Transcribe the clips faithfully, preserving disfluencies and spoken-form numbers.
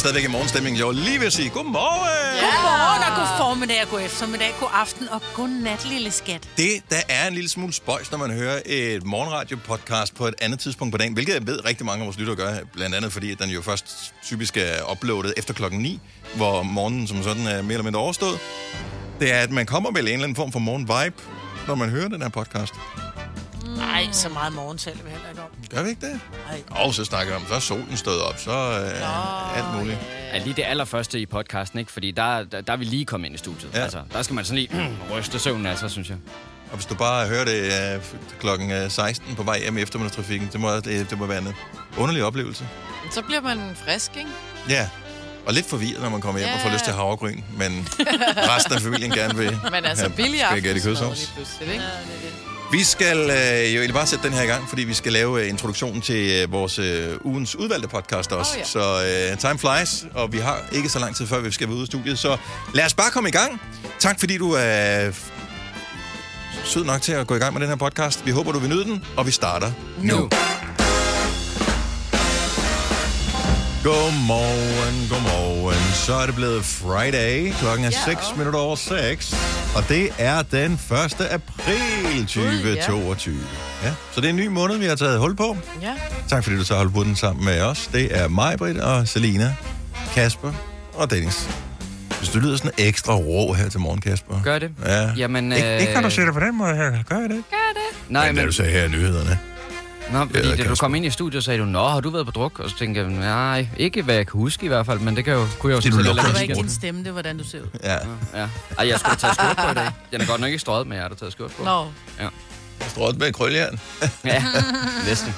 stadigvæk i morgenstemningen. Jeg var lige ved at sige godmorgen. Ja. Godmorgen og god formiddag og god eftermiddag, god aften og god nat, lille skat. Det, der er en lille smule spøjs, når man hører et morgenradio-podcast på et andet tidspunkt på dagen, hvilket jeg ved rigtig mange af vores lyttere gør, blandt andet fordi, at den jo først typisk er uploadet efter klokken ni, hvor morgenen som sådan er mere eller mindre overstået. Det er, at man kommer med en eller anden form for morgen-vibe, når man hører den her podcast. Nej, så meget morgensal vil heller ikke om. Gør vi ikke det? Nej. Og så snakker vi om, så er solen stået op, så øh, alt muligt. Ja, lige det allerførste i podcasten, ikke? Fordi der, der, der er vi lige kommet ind i studiet. Ja. Altså, der skal man sådan lige mm, ryste søvnen af sig, synes jeg. Og hvis du bare hører det øh, klokken seksten på vej hjem i eftermiddagstrafikken, det må, det, det må være en underlig oplevelse. Så bliver man frisk, ikke? Ja, og lidt forvirret, når man kommer hjem ja. og får lyst til havregryn, men resten af familien gerne vil men altså, billig aftensmad, ikke? Vi skal øh, jo egentlig bare sætte den her i gang, fordi vi skal lave øh, introduktionen til øh, vores øh, ugens udvalgte podcast også. Oh, ja. Så øh, time flies, og vi har ikke så lang tid før, vi skal være ude af studiet. Så lad os bare komme i gang. Tak fordi du er øh, sød nok til at gå i gang med den her podcast. Vi håber, du vil nyde den, og vi starter nu. nu. Godmorgen, godmorgen. Så er det blevet Friday. Klokken er seks yeah. minutter over seks. Og det er den første april tyve toogtyve. Ja, så det er en ny måned, vi har taget hul på. Ja. Tak fordi du tager hul på den sammen med os. Det er mig, Britt og Selina, Kasper og Dennis. Hvis du lyder sådan ekstra rå her til morgen, Kasper. Gør det. Ja. Jamen, Ik- øh... ikke kan du se det på den måde her. Gør jeg det? Gør det. Nej, men... men... det du sagde her i nyhederne. Nå, fordi da du kom ind i studiet, sagde du, nå, har du været på druk? Og så tænkte jeg, nej, ikke hvad jeg kan huske i hvert fald, men det kan jo, kunne jeg jo sige. Det var ikke din stemme, det var hvordan du ser ud. Ja. ja. Ej, jeg skulle have taget skjort på i dag. Den er godt nok ikke strøget, men jeg har da taget skjort på. Nå. Ja. Strøget med krøljern. Ja, næsten.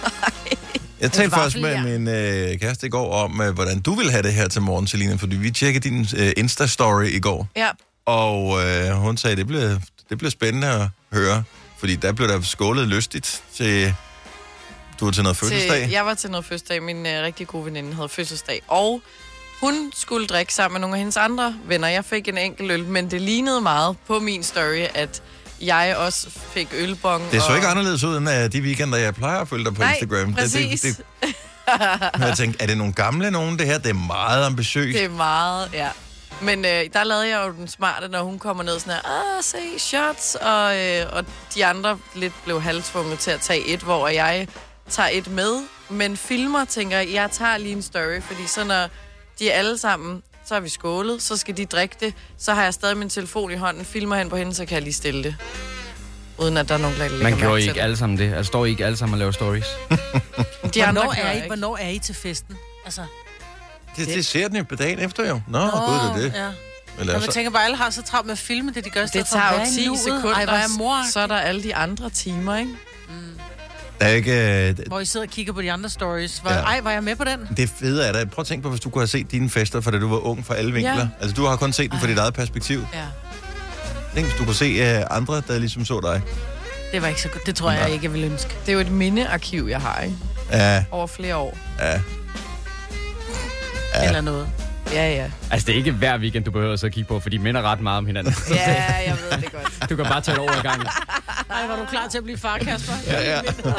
Jeg talte faktisk med min øh, kæreste i går om, øh, hvordan du ville have det her til morgen, Selina, fordi vi tjekkede din øh, Insta-story i går. Ja. Og øh, hun sagde, det bliver, det bliver spændende at høre, fordi der blev der skålet lystigt til... Du var til noget fødselsdag? Til, jeg var til noget fødselsdag. Min øh, rigtig gode veninde havde fødselsdag. Og hun skulle drikke sammen med nogle af hendes andre venner. Jeg fik en enkelt øl, men det lignede meget på min story, at jeg også fik ølbong. Det så og... ikke anderledes ud, end uh, de weekender, jeg plejer at følge dig på Nej, Instagram. præcis. Det, det, det... Jeg tænkte, er det nogle gamle nogen, det her? Det er meget ambitiøst. Det er meget, ja. Men øh, der lavede jeg jo den smarte, når hun kommer ned sådan her, ah, se, shots, og, øh, og de andre lidt blev halvtvunget til at tage et, hvor jeg tager et med, men filmer, tænker jeg, jeg tager lige en story, fordi så når de er alle sammen, så har vi skålet, så skal de drikke det, så har jeg stadig min telefon i hånden, filmer hen på hende, så kan jeg lige stille det, uden at der er nogen, der lægger Man gjorde mærke ikke til alle sammen det. Altså, står I ikke alle sammen og laver stories? de andre hvornår, er I, ikke. hvornår er I til festen? Altså, det, det ser den jo på dagen efter jo. Nå, Nå gud, det er det. Ja. Men jeg tænker bare, alle har så travlt med at filme det, de gør. Det tager jo ti sekunder, Ej, hvor er mor. så er der alle de andre timer, ikke? Mm. Der er ikke... Uh, hvor I sidder og kigger på de andre stories. Hvor, ja. Ej, var jeg med på den? Det fede er da, prøv at tænke på, hvis du kunne have set dine fester, fra da du var ung fra alle vinkler. Ja. Altså, du har kun set dem fra dit eget perspektiv. Ja. Tænk, hvis du kunne se uh, andre, der ligesom så dig. Det var ikke så godt. Det tror jeg, Nej. jeg ikke, jeg ville ønske. Det er jo et mindearkiv, jeg har, ikke? Ja. Over flere år. Ja. Ja. Eller noget. Ja, ja. Altså, det er ikke hver weekend, du behøver så at kigge på, for de minder ret meget om hinanden. Ja, jeg ved det godt. Du kan bare tage det over i gangen. Ej, var du klar til at blive far, Kasper? Ja, ja.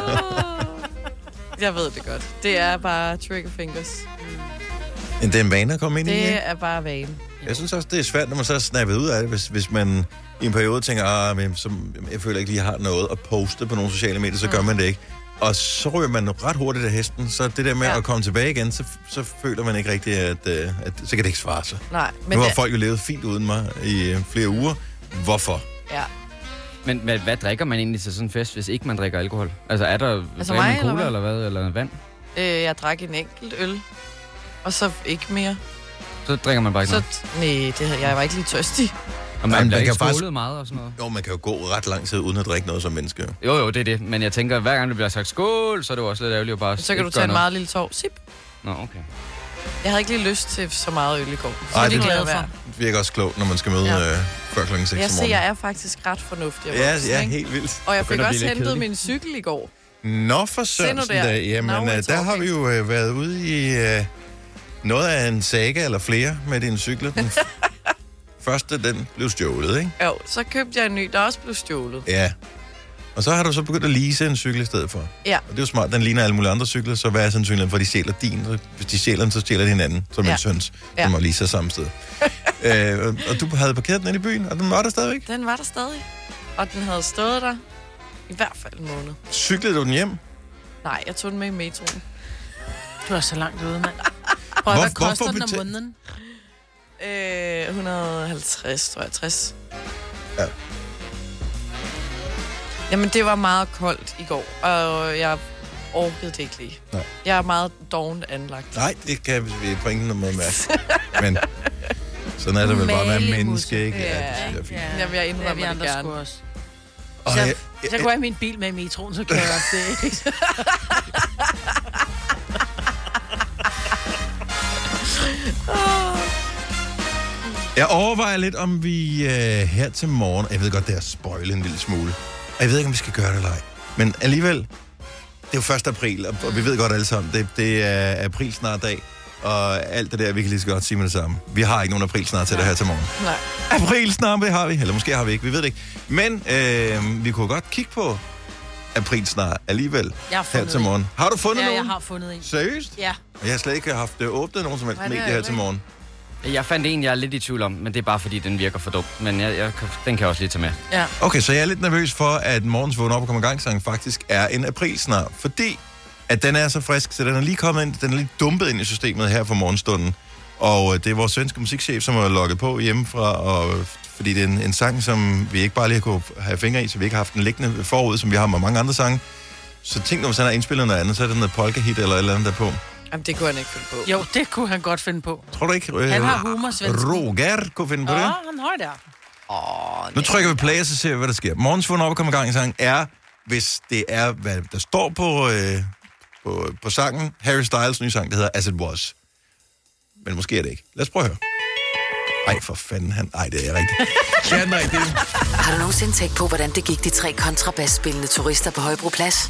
Jeg ved det godt. Det er bare trigger fingers. Men det er en vane at komme ind i, ikke? Det er bare vane. Jeg synes også, det er svært, når man så er snappet ud af det, hvis, hvis man i en periode tænker, ah, men så, jeg føler ikke lige, jeg har noget at poste på nogle sociale medier, så mm. gør man det ikke. Og så ryger man ret hurtigt af hesten, så det der med ja. at komme tilbage igen, så, så føler man ikke rigtigt, at, at så kan det ikke svare sig. Nej, men nu har det... folk jo levet fint uden mig i flere uger. Hvorfor? Ja. Men hvad, hvad drikker man egentlig til sådan en fest, hvis ikke man drikker alkohol? Altså er der altså mig, mig, cola eller, eller hvad, eller vand? Øh, jeg drak en enkelt øl, og så ikke mere. Så drikker man bare ikke så, noget? Nej, det, jeg var ikke lige tørstig. Og man, man bliver kan ikke skålet faktisk... meget og sådan noget? Jo, man kan jo gå ret lang tid uden at drikke noget som menneske. Jo, jo, det er det. Men jeg tænker, hver gang det bliver sagt skål, så er det jo også lidt ærgerligt at bare... Så kan du tage en noget. meget lille tår. Sip. Nå, okay. Jeg havde ikke lige lyst til så meget øl i går. Så Ej, det det, glad det for. virker også klogt, når man skal møde ja. øh, før klokken seks jeg om morgenen. ser, jeg er faktisk ret fornuftig. Ja, ja, helt vildt. Og jeg fik også hentet min cykel i går. Nå, for Sørensen da. Jamen, øh, der har vi jo øh, været ude i øh, noget af en saga eller flere med din cykel. Den første, den blev stjålet, ikke? Jo, så købte jeg en ny, der også blev stjålet. Ja. Og så har du så begyndt at lease en cykel i stedet for. Ja. Og det er jo smart, den ligner alle mulige andre cykler, så hvad er sandsynligheden for, at de stjæler din? Hvis de stjæler den, så stjæler de hinanden, som ja. en søns, ja. som må lease samme sted. øh, og du havde parkeret den inde i byen, og den var der stadigvæk? Den var der stadig. Og den havde stået der i hvert fald en måned. Cyklede du den hjem? Nej, jeg tog den med i metroen. Du er så langt ude, mand. Prøv, hvad koster den om måneden? Øh, et hundrede og halvtreds, tror jeg, tres. Ja. Jamen, det var meget koldt i går, og jeg orkede det ikke lige. Nej. Jeg er meget dovent anlagt. Nej, det kan vi på ingen måde mærke. Men sådan er det vel bare at være menneske, ikke? Ja, ja, det er fint. Ja, Jamen, jeg indrømmer det gerne. Også. Så, jeg, jeg, så går jeg min bil med i metroen, så kan jeg også det, ikke? Jeg overvejer lidt, om vi øh, her til morgen... Jeg ved godt, det er spoilet en lille smule. Og jeg ved ikke, om vi skal gøre det eller ej. Men alligevel, det er jo første april, og, og vi ved godt alle sammen, det, det er april snart dag. Og alt det der, vi kan lige så godt sige med det samme. Vi har ikke nogen april snart til det her til morgen. Nej. April snart, det har vi. Eller måske har vi ikke, vi ved det ikke. Men øh, vi kunne godt kigge på april snart alligevel her til morgen. En. Har du fundet ja, nogen? Ja, jeg har fundet en. Seriøst? Ja. Jeg har slet ikke haft det åbnet nogen som helst medie her til morgen. Jeg fandt en, jeg er lidt i tvivl om, men det er bare fordi, den virker for dum. Men jeg, jeg, den kan jeg også lige tage med. Ja. Okay, så jeg er lidt nervøs for, at morgens vågen op og kommer i gang sang faktisk er en april snart. Fordi at den er så frisk, så den er lige kommet ind, den er lige dumpet ind i systemet her for morgenstunden. Og det er vores svenske musikchef, som har logget på hjemmefra, og fordi det er en, en sang, som vi ikke bare lige kunne have fingre i, så vi ikke har haft den liggende forud, som vi har med mange andre sange. Så tænk, når han har indspillet noget andet, så er det noget polka-hit eller et eller andet derpå. Jamen, det kunne han ikke finde på. Jo, det kunne han godt finde på. Tror du ikke? Øh, han har humor, svensken. Roger kunne finde på det? Ja, han har det der. Oh, nu trykker vi play, så ser vi, hvad der sker. Morgens vågen op og kommer i gang i sang er, hvis det er, hvad der står på, øh, på, på sangen, Harry Styles nye sang, der hedder As It Was. Men måske er det ikke. Lad os prøve at høre. Ej, for fanden, han... Ej, det er rigtigt. Ja, nej, det er... Har du nogensinde tænkt på, hvordan det gik de tre kontrabasspillende turister på Højbroplads?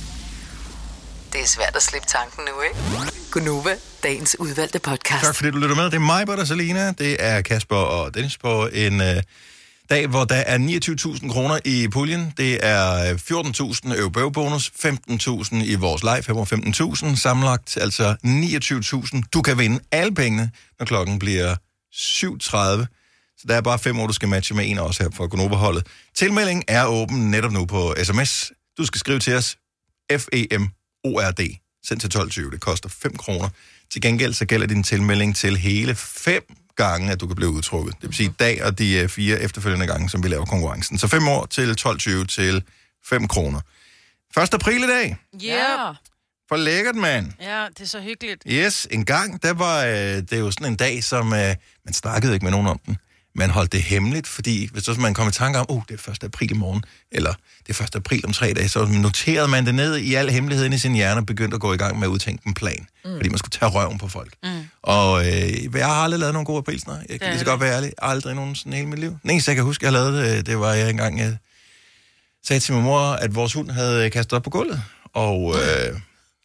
Det er svært at slippe tanken nu, ikke? Gunova, dagens udvalgte podcast. Tak fordi du lytter med. Det er mig, Bert og Selina. Det er Kasper og Dennis på en øh, dag, hvor der er niogtyve tusind kroner i puljen. Det er fjorten tusind øvebøvbonus, femten tusind i vores live, femogfemten tusind sammenlagt, altså niogtyve tusind. Du kan vinde alle pengene, når klokken bliver syv tredive. Så der er bare fem år, du skal matche med en af os her for Gunova-holdet. Tilmeldingen er åben netop nu på sms. Du skal skrive til os F E M O R D. Send til tolv tyve. Det koster fem kroner. Til gengæld så gælder din tilmelding til hele fem gange, at du kan blive udtrukket. Det vil sige dag og de fire efterfølgende gange, som vi laver konkurrencen. Så fem år til tolv tyve til fem kroner. første april i dag. Ja. Yeah. For lækkert, mand. Ja, det er så hyggeligt. Yes, en gang, der var øh, det er jo sådan en dag, som øh, man snakkede ikke med nogen om den. Man holdt det hemmeligt, fordi hvis så man kom i tanke om, oh, det er første april i morgen, eller det er første april om tre dage, så noterede man det ned i al hemmeligheden i sin hjerne og begyndte at gå i gang med at udtænke en plan, mm. fordi man skulle tage røven på folk. Mm. Og øh, jeg har aldrig lavet nogen gode aprilsner. Jeg kan lige så godt være ærlig. Aldrig nogen sådan hele mit liv. Den eneste, jeg kan huske, jeg lavede det, det var jeg engang, jeg sagde til min mor, at vores hund havde kastet op på gulvet, og... Øh,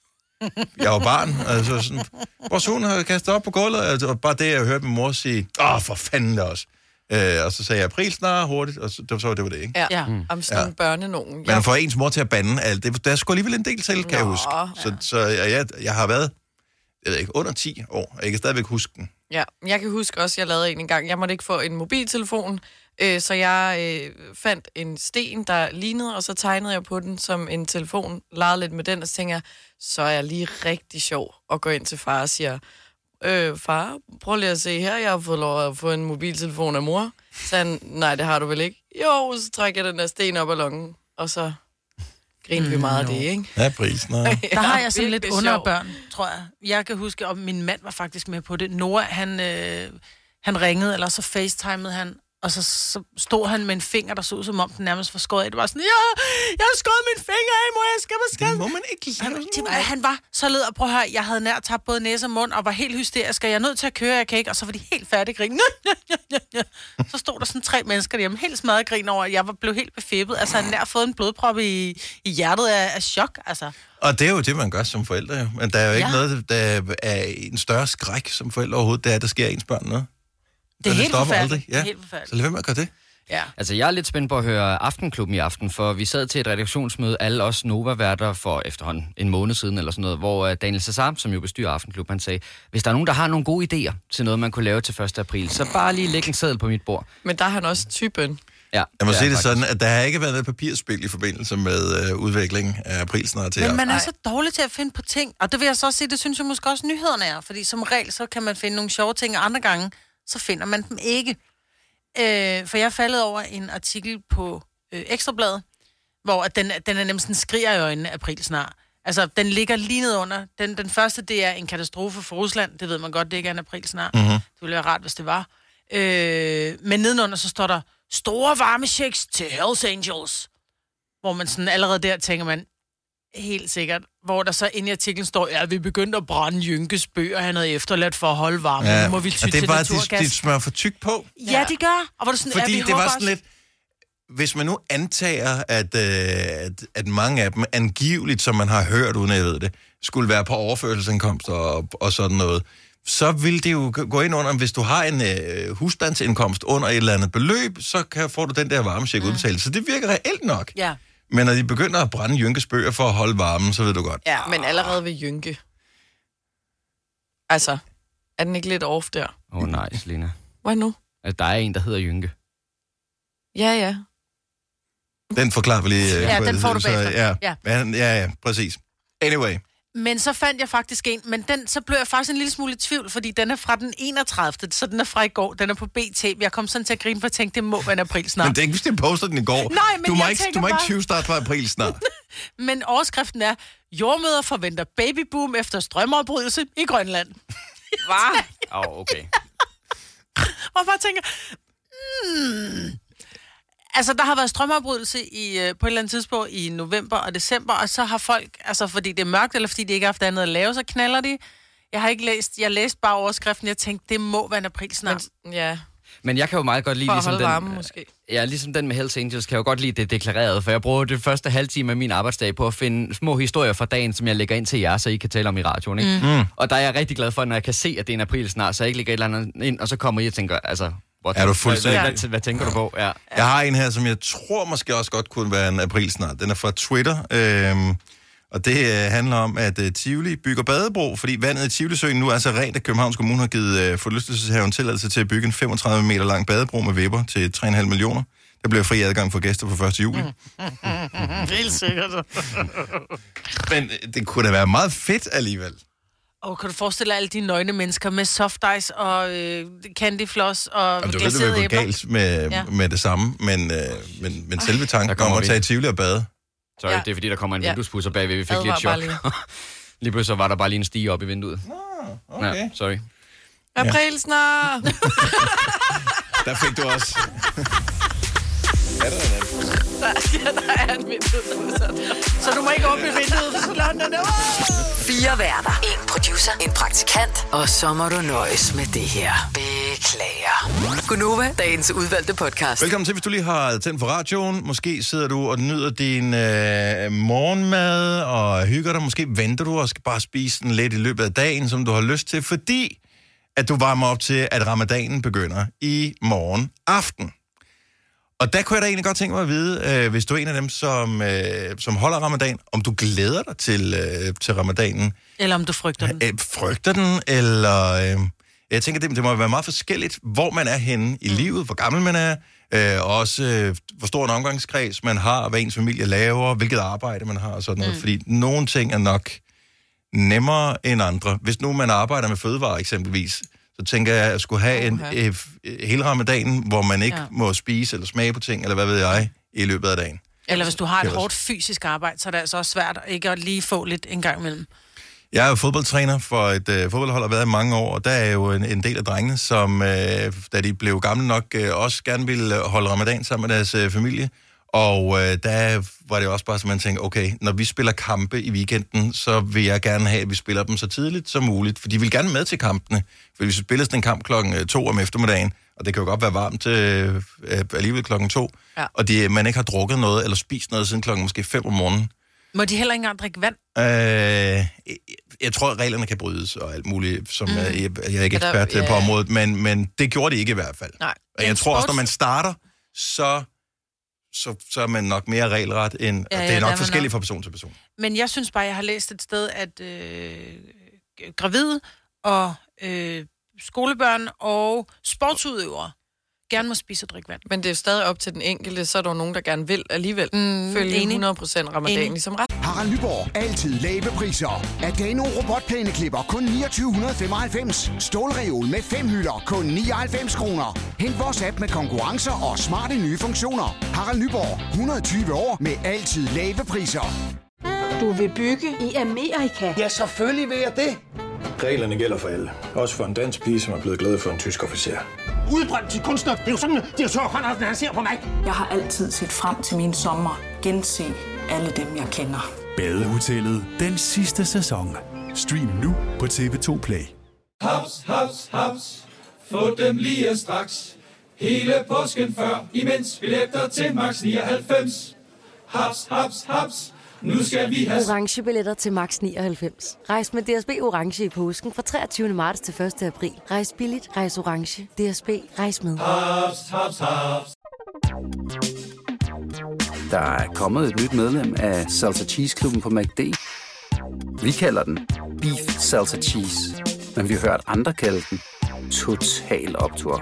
jeg var barn, altså sådan, vores hund havde kastet op på gulvet, altså, og bare det, jeg hørte min mor sige, åh, for fanden det også. Øh, og så sagde jeg, april snart hurtigt, og så, det, så det var det, ikke? Ja, ja. Mm. Om sådan ja. børne nogen. Men at få ens mor til at bande, alt det, der skulle alligevel en del til, kan Nå, jeg huske. Ja. Så, så jeg, jeg, jeg har været, jeg ved ikke, under ti år, og jeg kan stadigvæk huske den. Ja, jeg kan huske også, at jeg lavede en en gang. Jeg måtte ikke få en mobiltelefon, øh, så jeg øh, fandt en sten, der lignede, og så tegnede jeg på den som en telefon, legede lidt med den, og så tænkte jeg, så er jeg lige rigtig sjov at gå ind til far og siger, øh, far, prøv lige at se her, jeg har fået lov at få en mobiltelefon af mor. Så han, nej, det har du vel ikke? Jo, så trækker jeg den der sten op af lungen, og så griner mm, vi meget af det, ikke? Ja, prisen. Ja. Der har jeg sådan lidt underbørn, tror jeg. Jeg kan huske, og min mand var faktisk med på det. Noah, han, øh, han ringede, eller så facetimede han, og så, så stod han med en finger, der så ud, som om den nærmest var skåret af. Det var sådan, ja, jeg har skåret min finger af, mor, jeg skal på skade. Det må man ikke lave. Han, var, han var så led, og prøv at høre, jeg havde nær tabt både næse og mund, og var helt hysterisk, og jeg er nødt til at køre, jeg kan ikke, og så var de helt færdige grin. Så stod der sådan tre mennesker derhjemme, helt smadret grin over, at jeg var blev helt befippet. Altså, han nær fået en blodprop i, i hjertet af, af chok, altså. Og det er jo det, man gør som forældre, jo. Men der er jo ikke ja. noget, der er en større skræk som forældre overhovedet, det er, at der sker ens børn noget. Det er, helt forfærdeligt. Ja. helt forfærdeligt. Så lad være med at gøre det. Ja. Altså, jeg er lidt spændt på at høre Aftenklubben i aften, for vi sad til et redaktionsmøde, alle os Nova-værter for efterhånden en måned siden eller sådan noget, hvor Daniel Cesar, som jo bestyrer Aftenklubben, han sagde, hvis der er nogen, der har nogle gode idéer til noget, man kunne lave til første april, så bare lige læg en seddel på mit bord. Men der er han også typen. Ja, jeg må det sige det faktisk sådan, at der har ikke været noget papirspil i forbindelse med øh, udviklingen af aprilsnart til. Men man er så dårlig til at finde på ting, og det vil jeg så sige, det synes jeg måske også nyhederne er, fordi som regel, så kan man finde nogle sjove ting, og andre gange, så finder man dem ikke. Øh, for jeg faldet over en artikel på øh, Ekstrabladet, hvor at den, den er nemlig sådan skriger i øjnene april snart. Altså, den ligger lige ned under. Den, den første, det er en katastrofe for Rusland. Det ved man godt, det ikke er en april snart. Mm-hmm. Det ville være rart, hvis det var. Øh, men nedenunder, så står der, store varmechecks til Hells Angels. Hvor man sådan allerede der tænker man, helt sikkert, hvor der så inde i artiklen står, ja, vi begyndte at brænde Jynkes bøger, han havde efterladt for at holde varme. Ja. Nu må vi ty til naturgas. Det er bare, de, de smører for tyk på. Ja, de gør. Og hvor det sådan, fordi ja, det var sådan lidt, hvis man nu antager, at, øh, at, at mange af dem angiveligt, som man har hørt, uden at jeg ved det, skulle være på overførselsindkomst og, og sådan noget, så vil det jo gå ind under, hvis du har en øh, husstandsindkomst under et eller andet beløb, så kan, får du den der varmecheck mm. udbetalt. Så det virker reelt nok. Ja. Men når de begynder at brænde Jynkes bøger for at holde varmen, så ved du godt. Ja, men allerede ved Jynke. Altså, er den ikke lidt off der? Åh oh, nej, Selina. Hvad nu? At der er en, der hedder Jynke. Ja, ja. Den forklarer vi lige. Ja, den får du bagefter. Ja, ja. ja, ja, præcis. Anyway. Men så fandt jeg faktisk en, men den, så blev jeg faktisk en lille smule i tvivl, fordi den er fra den enogtredivte så den er fra i går, den er på B T. Jeg kom sådan til at grine, for at tænke, det må være en april snart. Men det er ikke, hvis de poster den i går. Nej, men du må jeg ikke, tænker du må bare... ikke tyve start fra april snart. Men overskriften er, jordmøder forventer babyboom efter strømafbrydelse i Grønland. Hvad? Åh, oh, okay. Og bare tænker, hmm... Altså, der har været strømafbrydelse i, øh, på et eller andet tidspunkt i november og december, og så har folk, altså fordi det er mørkt, eller fordi de ikke har haft andet at lave, så knaller de. Jeg har ikke læst, jeg læste bare overskriften, jeg tænkte, det må være en april snart. Men, ja. Men jeg kan jo meget godt lide, for ligesom den, varme, måske. Ja, ligesom den med Hells Angels, kan jeg jo godt lide det deklareret, for jeg bruger det første halve time af min arbejdsdag på at finde små historier fra dagen, som jeg lægger ind til jer, så I kan tale om i radioen, ikke? Mm. Og der er jeg rigtig glad for, når jeg kan se, at det er en april snart, så jeg ikke lægger et eller andet ind, og så kommer I og tænker, altså... Er du fuldstændig? Hvad, hvad, hvad tænker du på? Ja. Jeg har en her, som jeg tror måske også godt kunne være en april snart. Den er fra Twitter, øhm, og det øh, handler om, at øh, Tivoli bygger badebro, fordi vandet i Tivolisøen nu er så rent, at Københavns Kommune har givet øh, forlystelseshaven tilladelse til at bygge en femogtredive meter lang badebro med vipper til tre komma fem millioner. Der bliver fri adgang for gæster fra første juli. Helt sikkert. Men det kunne da være meget fedt alligevel. Og kan du forestille dig alle de nøgne mennesker med soft ice og øh, candyfloss og glaserede æbler? Du ved, det vil gå galt med, ja. med det samme, men, øh, men, men selve tanken om at tage i Tivoli og bade. Sorry, ja. Det er fordi, der kommer en vinduespusser bagved, vi fik Ad lidt chok. Lige. lige pludselig var der bare lige en stige op i vinduet. Nå, okay. Ja, sorry. April snart! Der fik du også... Er der en anden? Der, ja, der er en vinduespusser. Så du må ikke åbne vinduet, for så lader den der. Fire værter. En producer. En praktikant. Og så må du nøjes med det her. Beklager. Gunova, dagens udvalgte podcast. Velkommen til, hvis du lige har tændt for radioen. Måske sidder du og nyder din øh, morgenmad og hygger dig. Måske venter du og skal bare spise den lidt i løbet af dagen, som du har lyst til, fordi at du varmer op til, at ramadanen begynder i morgen aften. Og der kunne jeg da egentlig godt tænke mig at vide, øh, hvis du er en af dem, som, øh, som holder ramadan, om du glæder dig til, øh, til ramadanen. Eller om du frygter den. Øh, frygter den, eller... Øh, jeg tænker, det, det må være meget forskelligt, hvor man er henne i mm. livet, hvor gammel man er, øh, og også øh, hvor stor en omgangskreds man har, hvad ens familie laver, hvilket arbejde man har og sådan noget. Mm. Fordi nogle ting er nok nemmere end andre. Hvis nu man arbejder med fødevarer eksempelvis, så tænker jeg, at jeg skulle have en øh, hele ramadanen, hvor man ikke ja. må spise eller smage på ting, eller hvad ved jeg, i løbet af dagen. Eller hvis du har et hårdt fysisk arbejde, så er det altså også svært ikke at lige få lidt en gang imellem. Jeg er jo fodboldtræner for et øh, fodboldhold, og har været i mange år, og der er jo en, en del af drengene, som, øh, da de blev gamle nok, øh, også gerne ville holde ramadan sammen med deres øh, familie. Og øh, der var det jo også bare, som man tænker, okay, når vi spiller kampe i weekenden, så vil jeg gerne have, at vi spiller dem så tidligt som muligt. For de vil gerne med til kampene. For hvis vi spiller sådan en kamp klokken to om eftermiddagen, og det kan jo godt være varmt øh, alligevel klokken to, ja. og de, man ikke har drukket noget eller spist noget siden klokken måske fem om morgenen. Må de heller ikke engang drikke vand? Øh, jeg, jeg tror, at reglerne kan brydes og alt muligt, som mm. jeg, jeg er ikke ekspert der, ja, på området, men, men det gjorde de ikke i hvert fald. Nej. Og jeg tror sports... også, når man starter, så, så, så er man nok mere regelret, end, ja, ja, det er nok forskelligt fra person til person. Men jeg synes bare, jeg har læst et sted, at øh, gravide og øh, skolebørn og sportsudøvere gerne må spise og drikke vand. Men det er stadig op til den enkelte, så er der nogen, der gerne vil alligevel mm, følge hundrede procent ramadan ligesom ret. Harald Nyborg. Altid lave priser. Adano robotplæneklipper kun niogtyve femoghalvfems. Stålreol med fem hylder kun nioghalvfems kroner. Hent vores app med konkurrencer og smarte nye funktioner. Harald Nyborg. hundrede og tyve år med altid lave priser. Du vil bygge i Amerika? Ja, selvfølgelig vil jeg det. Reglerne gælder for alle. Også for en dansk pige, som er blevet glad for en tysk officer. Udbrændt til kunstner. Det er jo sådan, at de har tørt, han ser på mig. Jeg har altid set frem til min sommer. Gense alle dem, jeg kender. Badehotellet. Den sidste sæson. Stream nu på T V to Play. Haps, haps, haps. Få dem lige straks. Hele påsken før, imens billetter til max nioghalvfems. Haps, haps, haps. Nu skal vi have orange billetter til max nioghalvfems. Rejs med D S B orange i påsken fra treogtyvende marts til første april. Rejs billigt, rejs orange. D S B, rejs med. Haps, haps, haps. Der er kommet et nyt medlem af Salsa Cheese Klubben på McD. Vi kalder den Beef Salsa Cheese, men vi har hørt andre kalde den Total Optur.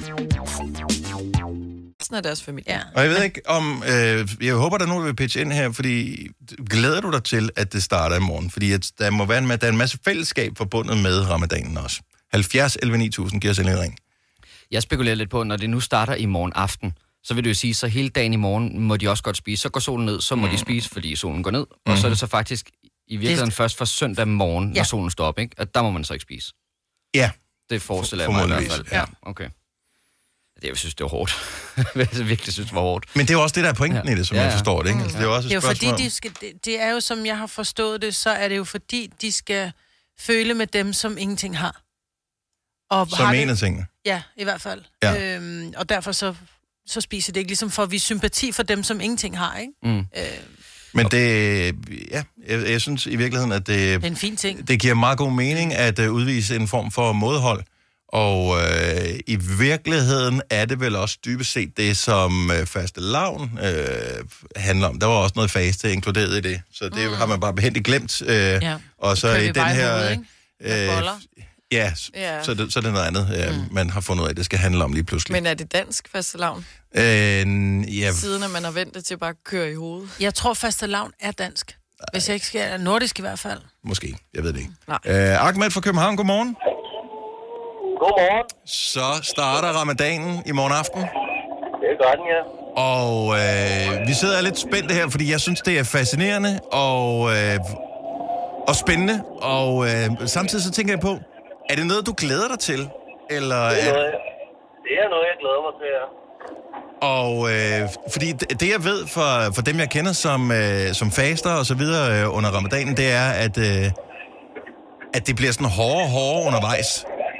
Af deres familie. Ja. Og jeg ved ikke om, øh, jeg håber, der er nogen, der vil pitche ind her, fordi glæder du dig til, at det starter i morgen? Fordi at der må være en, der er en masse fællesskab forbundet med ramadanen også. halvfjerds elleve ni tusind giver os en ring. Jeg spekulerer lidt på, når det nu starter i morgen aften, så vil det jo sige, så hele dagen i morgen må de også godt spise. Så går solen ned, så må mm. de spise, fordi solen går ned. Mm. Og så er det så faktisk i virkeligheden det... først for søndag morgen, ja. Når solen står op, ikke? At der må man så ikke spise. Ja. Det forestiller jeg mig i hvert fald. Ja, okay. Det, jeg synes, det var hårdt. jeg virkelig synes, det var hårdt. Men det er jo også det, der er pointen ja. i det, som ja, ja. jeg forstår det, ikke? Altså, det er jo også det er jo fordi, de skal, det, det er jo, som jeg har forstået det, så er det jo fordi, de skal føle med dem, som ingenting har. Og som har en af det, tingene. Ja, i hvert fald. Ja. Øhm, og derfor så, så spiser det ikke, ligesom for at vise sympati for dem, som ingenting har, ikke? Mm. Øh, Men det, ja, jeg, jeg synes i virkeligheden, at det, det er en fin ting. Det giver meget god mening at uh, udvise en form for modhold. Og øh, i virkeligheden er det vel også dybest set det, som øh, fastelavn øh, handler om. Der var også noget faste inkluderet i det, så det mm. har man bare behendigt glemt. Øh, ja. Og så i den her... Øh, ja, yeah. så, det, så er det noget andet, øh, mm. man har fundet ud af, at det skal handle om lige pludselig. Men er det dansk fastelavn? Øh, ja. Siden at man har ventet til bare at køre i hovedet. Jeg tror, fastelavn er dansk. Hvis jeg ikke skal... Nordisk i hvert fald. Måske, jeg ved det ikke. Øh, Ahmed fra København, godmorgen. Godmorgen. Så starter ramadanen i morgen aften. Det gør den, ja. Og øh, vi sidder lidt spændte her, fordi jeg synes, det er fascinerende og, øh, og spændende. Og øh, samtidig så tænker jeg på, er det noget, du glæder dig til? Eller, det, er noget, det er noget, jeg glæder mig til, ja. Og øh, fordi det, jeg ved for, for dem, jeg kender som, øh, som faster og så videre øh, under ramadanen, det er, at, øh, at det bliver sådan hårdere og hårdere undervejs.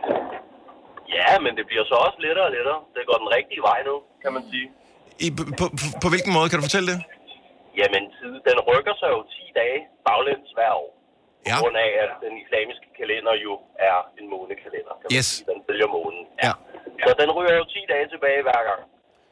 Ja, men det bliver så også lettere og lettere. Det går den rigtige vej nu, kan man sige. I, på, på, på hvilken måde? Kan du fortælle det? Jamen, den rykker sig jo ti dage baglæns hver år. Ja. På grund af, at den islamiske kalender jo er en månekalender. Kan man yes. sige. Den følger månen. Ja. ja. Så den ryger jo ti dage tilbage hver gang.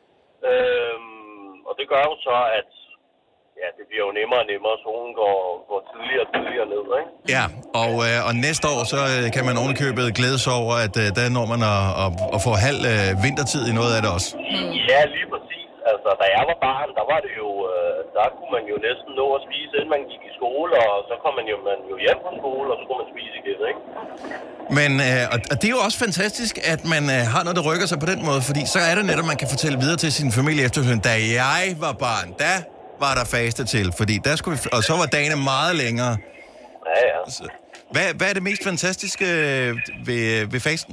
Øhm, og det gør jo så, at ja, det bliver jo nemmere og nemmere. Solen går, går tidligere og tidligere ned, ikke? Ja, og, øh, og næste år, så kan man ovenikøbet glæde sig over, at øh, der når man at, at, at få halv øh, vintertid i noget af det også. Mm. Ja, lige præcis. Altså, da jeg var barn, der var det jo, øh, der kunne man jo næsten nå at spise, inden man gik i skole, og så kom man jo, man jo hjem fra skole, og så kunne man spise igen, ikke? Men, øh, og det er jo også fantastisk, at man øh, har noget, der rykker sig på den måde, fordi så er det netop, man kan fortælle videre til sin familie efterfølgende, da jeg var barn, da var der faste til, fordi der skulle vi, og så var dagene meget længere. Ja, ja. Så, hvad, hvad er det mest fantastiske ved, ved fasten?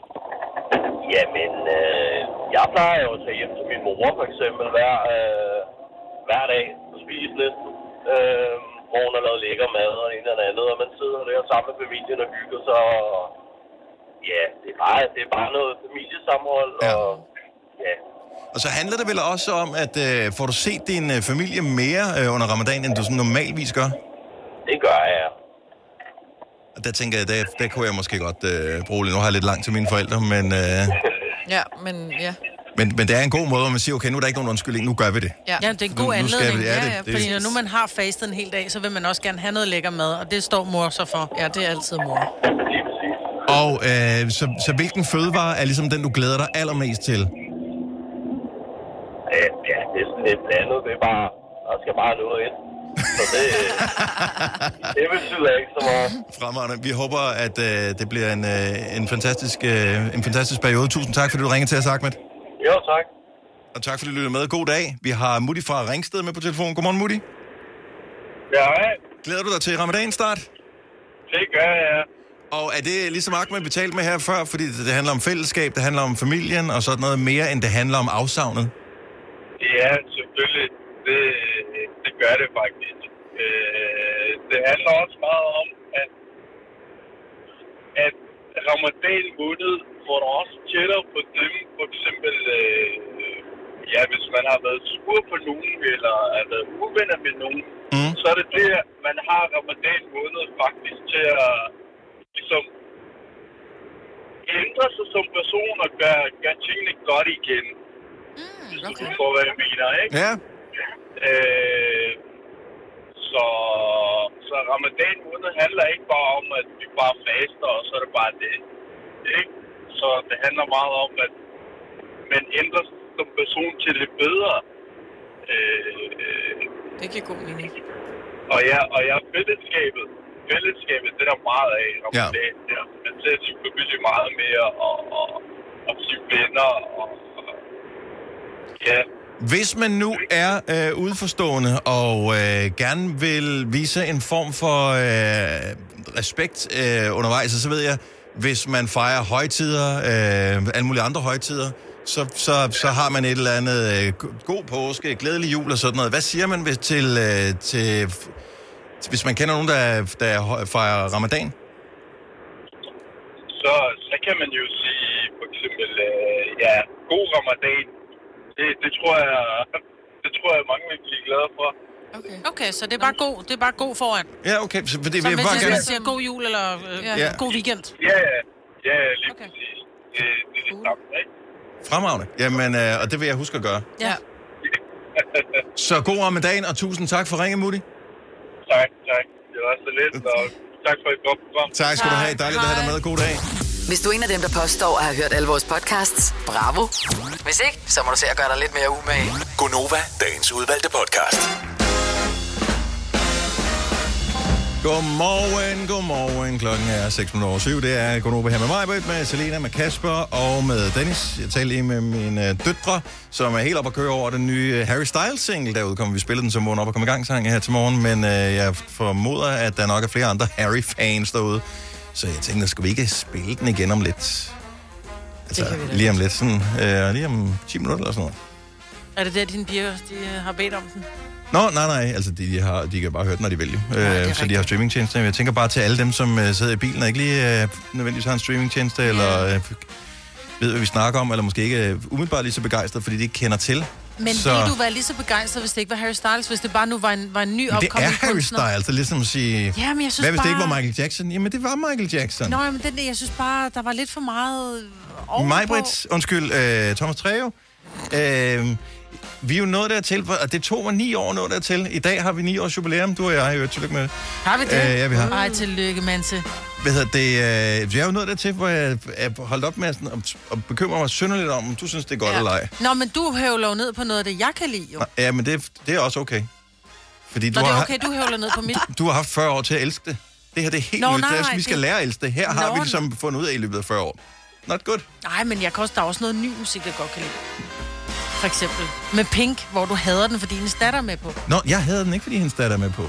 Jamen, øh, jeg plejer jo at tage hjem til min mor, for eksempel, hver, øh, hver dag og spise næsten. Øh, hvor hun har lavet lækker mad og en eller andet, og man sidder der sammen med familien og hygger sig. Og, ja, det er bare, det er bare noget familiesammenhold, ja. Og ja. Og så handler det vel også om, at øh, får du set din øh, familie mere øh, under ramadan, end du sådan normalvis gør? Det gør jeg, ja. Og der tænker jeg, der, der kunne jeg måske godt øh, bruge lidt. Nu har jeg lidt langt til mine forældre, men... Øh... ja, men ja. Men, men det er en god måde, hvor man siger, okay, nu er der ikke nogen undskyldning, nu gør vi det. Ja, ja det er en god nu, nu anledning. vi, ja, ja, det, ja, det, fordi det, når nu man har fastet en hel dag, så vil man også gerne have noget lækker mad, og det står mor så for. Ja, det er altid mor. Og øh, så, så hvilken fødevare er ligesom den, du glæder dig allermest til? Øh, ja, det er sådan lidt blandet. Det er bare, der skal bare noget ind. Så det, det betyder ikke så meget. Fremragende. Vi håber, at øh, det bliver en, øh, en, fantastisk, øh, en fantastisk periode. Tusind tak, fordi du ringede til os, Ahmed. Jo, tak. Og tak, fordi du lyttede med. God dag. Vi har Mutti fra Ringsted med på telefonen. Godmorgen, Mutti. Ja, hej. Glæder du dig til ramadanstart? Det gør jeg, ja. Og er det ligesom Ahmed, vi talte med her før, fordi det handler om fællesskab, det handler om familien, og sådan noget mere, end det handler om afsavnet? Ja, selvfølgelig. Det, det gør det faktisk. Øh, det handler også meget om, at, at ramadan måned får også tættere på dem. For eksempel, øh, ja, hvis man har været sur på nogen, eller har været uvenner med nogen, mm. så er det det, at man har ramadan måned faktisk til at ligesom ændre sig som person og gøre, gøre tingene godt igen. Mm, hvis okay. du får, hvad jeg mener, ikke? Ja. Øh, så, så ramadan måned handler ikke bare om, at vi bare faster, og så er det bare det. Ikke? Så det handler meget om, at man ændrer sig som person til det bedre. Øh, det giver god mening. Og ja, og ja, fællesskabet. Fællesskabet, det er der meget af. Ja. Ja. Man ser sin familie meget mere, og, og, og sine venner, og, og ja. Hvis man nu er øh, udenforstående og øh, gerne vil vise en form for øh, respekt øh, undervejs, så ved jeg, hvis man fejrer højtider, øh, alle mulige andre højtider, så, så, så har man et eller andet øh, god påske, glædelig jul og sådan noget. Hvad siger man hvis, til, øh, til, hvis man kender nogen, der, der fejrer ramadan? Så, så kan man jo sige, for eksempel, øh, ja, god ramadan. Det, det, tror jeg, det tror jeg, mange vil blive glade for. Okay. Okay, så det er bare god, det er bare god foran. Ja, okay. Så, fordi så vi hvis bare jeg gerne... siger god jul eller øh, ja. god weekend. Ja, ja, ja, lige okay. præcis. Det, det er det samme, ikke? Fremragende. Jamen, øh, og det vil jeg huske at gøre. Ja. Så god ramadan, og tusind tak for ringen, Mutti. Tak, tak. Det var så lidt, og tak for et godt program. Tak skal du have. Dejligt at have dig med. God dag. Hvis du er en af dem, der påstår at have hørt alle vores podcasts, bravo. Hvis ikke, så må du se at gøre dig lidt mere umage. Gonova, dagens udvalgte podcast. Godmorgen, godmorgen. Klokken er seks minutter over syv. Det er Gonova her med mig, med Selena, med Kasper og med Dennis. Jeg talte lige med mine døtre, som er helt op at køre over den nye Harry Styles-single. Der udkommer vi spiller den som vågen op og komme i gang sang her til morgen, men øh, jeg formoder, at der nok er flere andre Harry-fans derude. Så jeg tænkte, skal vi ikke spille den igen om lidt? Altså, lige om lidt, sådan, øh, lige om ti minutter eller sådan noget. Er det der, dine piger de har bedt om den? Nå, nej, nej, altså de, de, har, de kan bare høre den, når de vil. Ja, øh, så rigtigt. De har streamingtjenester. Jeg tænker bare til alle dem, som uh, sidder i bilen og ikke lige uh, nødvendigvis har en streamingtjeneste, ja. eller uh, ved, hvad vi snakker om, eller måske ikke uh, umiddelbart lige så begejstret, fordi de ikke kender til. Men så... ville du være lige så begejstret, hvis det ikke var Harry Styles, hvis det bare nu var en, var en ny opkommende kunstner? Det er Harry Styles, det er ligesom at sige, ja, men jeg synes hvad hvis bare... det ikke var Michael Jackson? Jamen, det var Michael Jackson. Nå, men det, jeg synes bare, der var lidt for meget ovenpå. Majbrits, undskyld, uh, Thomas Treve. Uh, Vi er jo nået dertil, og det tog mig ni år nået dertil. I dag har vi ni års jubilæum, du og jeg. Jeg tillykke med det. Har vi det? Øh, ja, vi har. Ej, tillykke, Manse. Hvad hedder det? Øh, jeg er jo nået dertil, hvor jeg er holdt op med at, at, at bekymre mig synderligt om, om du synes, det er godt ja. eller ej. Nå, men du høvler jo ned på noget af det, jeg kan lide, jo. Ja, men det, det er også okay. Fordi Nå, du det er har, okay, du høvler ned på mit. Du har haft fyrre år til at elske det. Det her, det er helt Nå, nyt. nej, vi skal det... lære at elske det. Her Nå, har vi ligesom fundet ud af i løbet af fyrre år. Not good. Nej, men jeg kan også, der er også noget ny musik, jeg godt kan lide. For eksempel med Pink, hvor du hader den, fordi hendes datter er med på. Nå, jeg hader den ikke, fordi hendes datter er med på.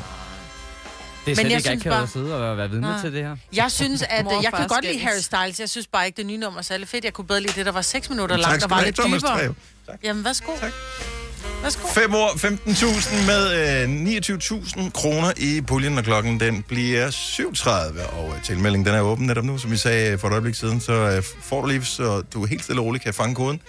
Det er slet ikke akavet bare... at sidde og være vidne til det her. Jeg synes, at jeg kan godt lide Harry Styles. Jeg synes bare ikke, det nye nummer er særlig fedt. Jeg kunne bedre lide det, der var seks minutter langt og var lidt dybere. Jamen, værsgo. Tak. Værsgo. fem år, femten tusind med øh, niogtyve tusind kroner i puljen, og klokken den bliver syv tredive. Og øh, tilmeldingen den er åben netop nu, som vi sagde for et øjeblik siden. Så øh, får du lige, så du helt stille og roligt kan fange koden.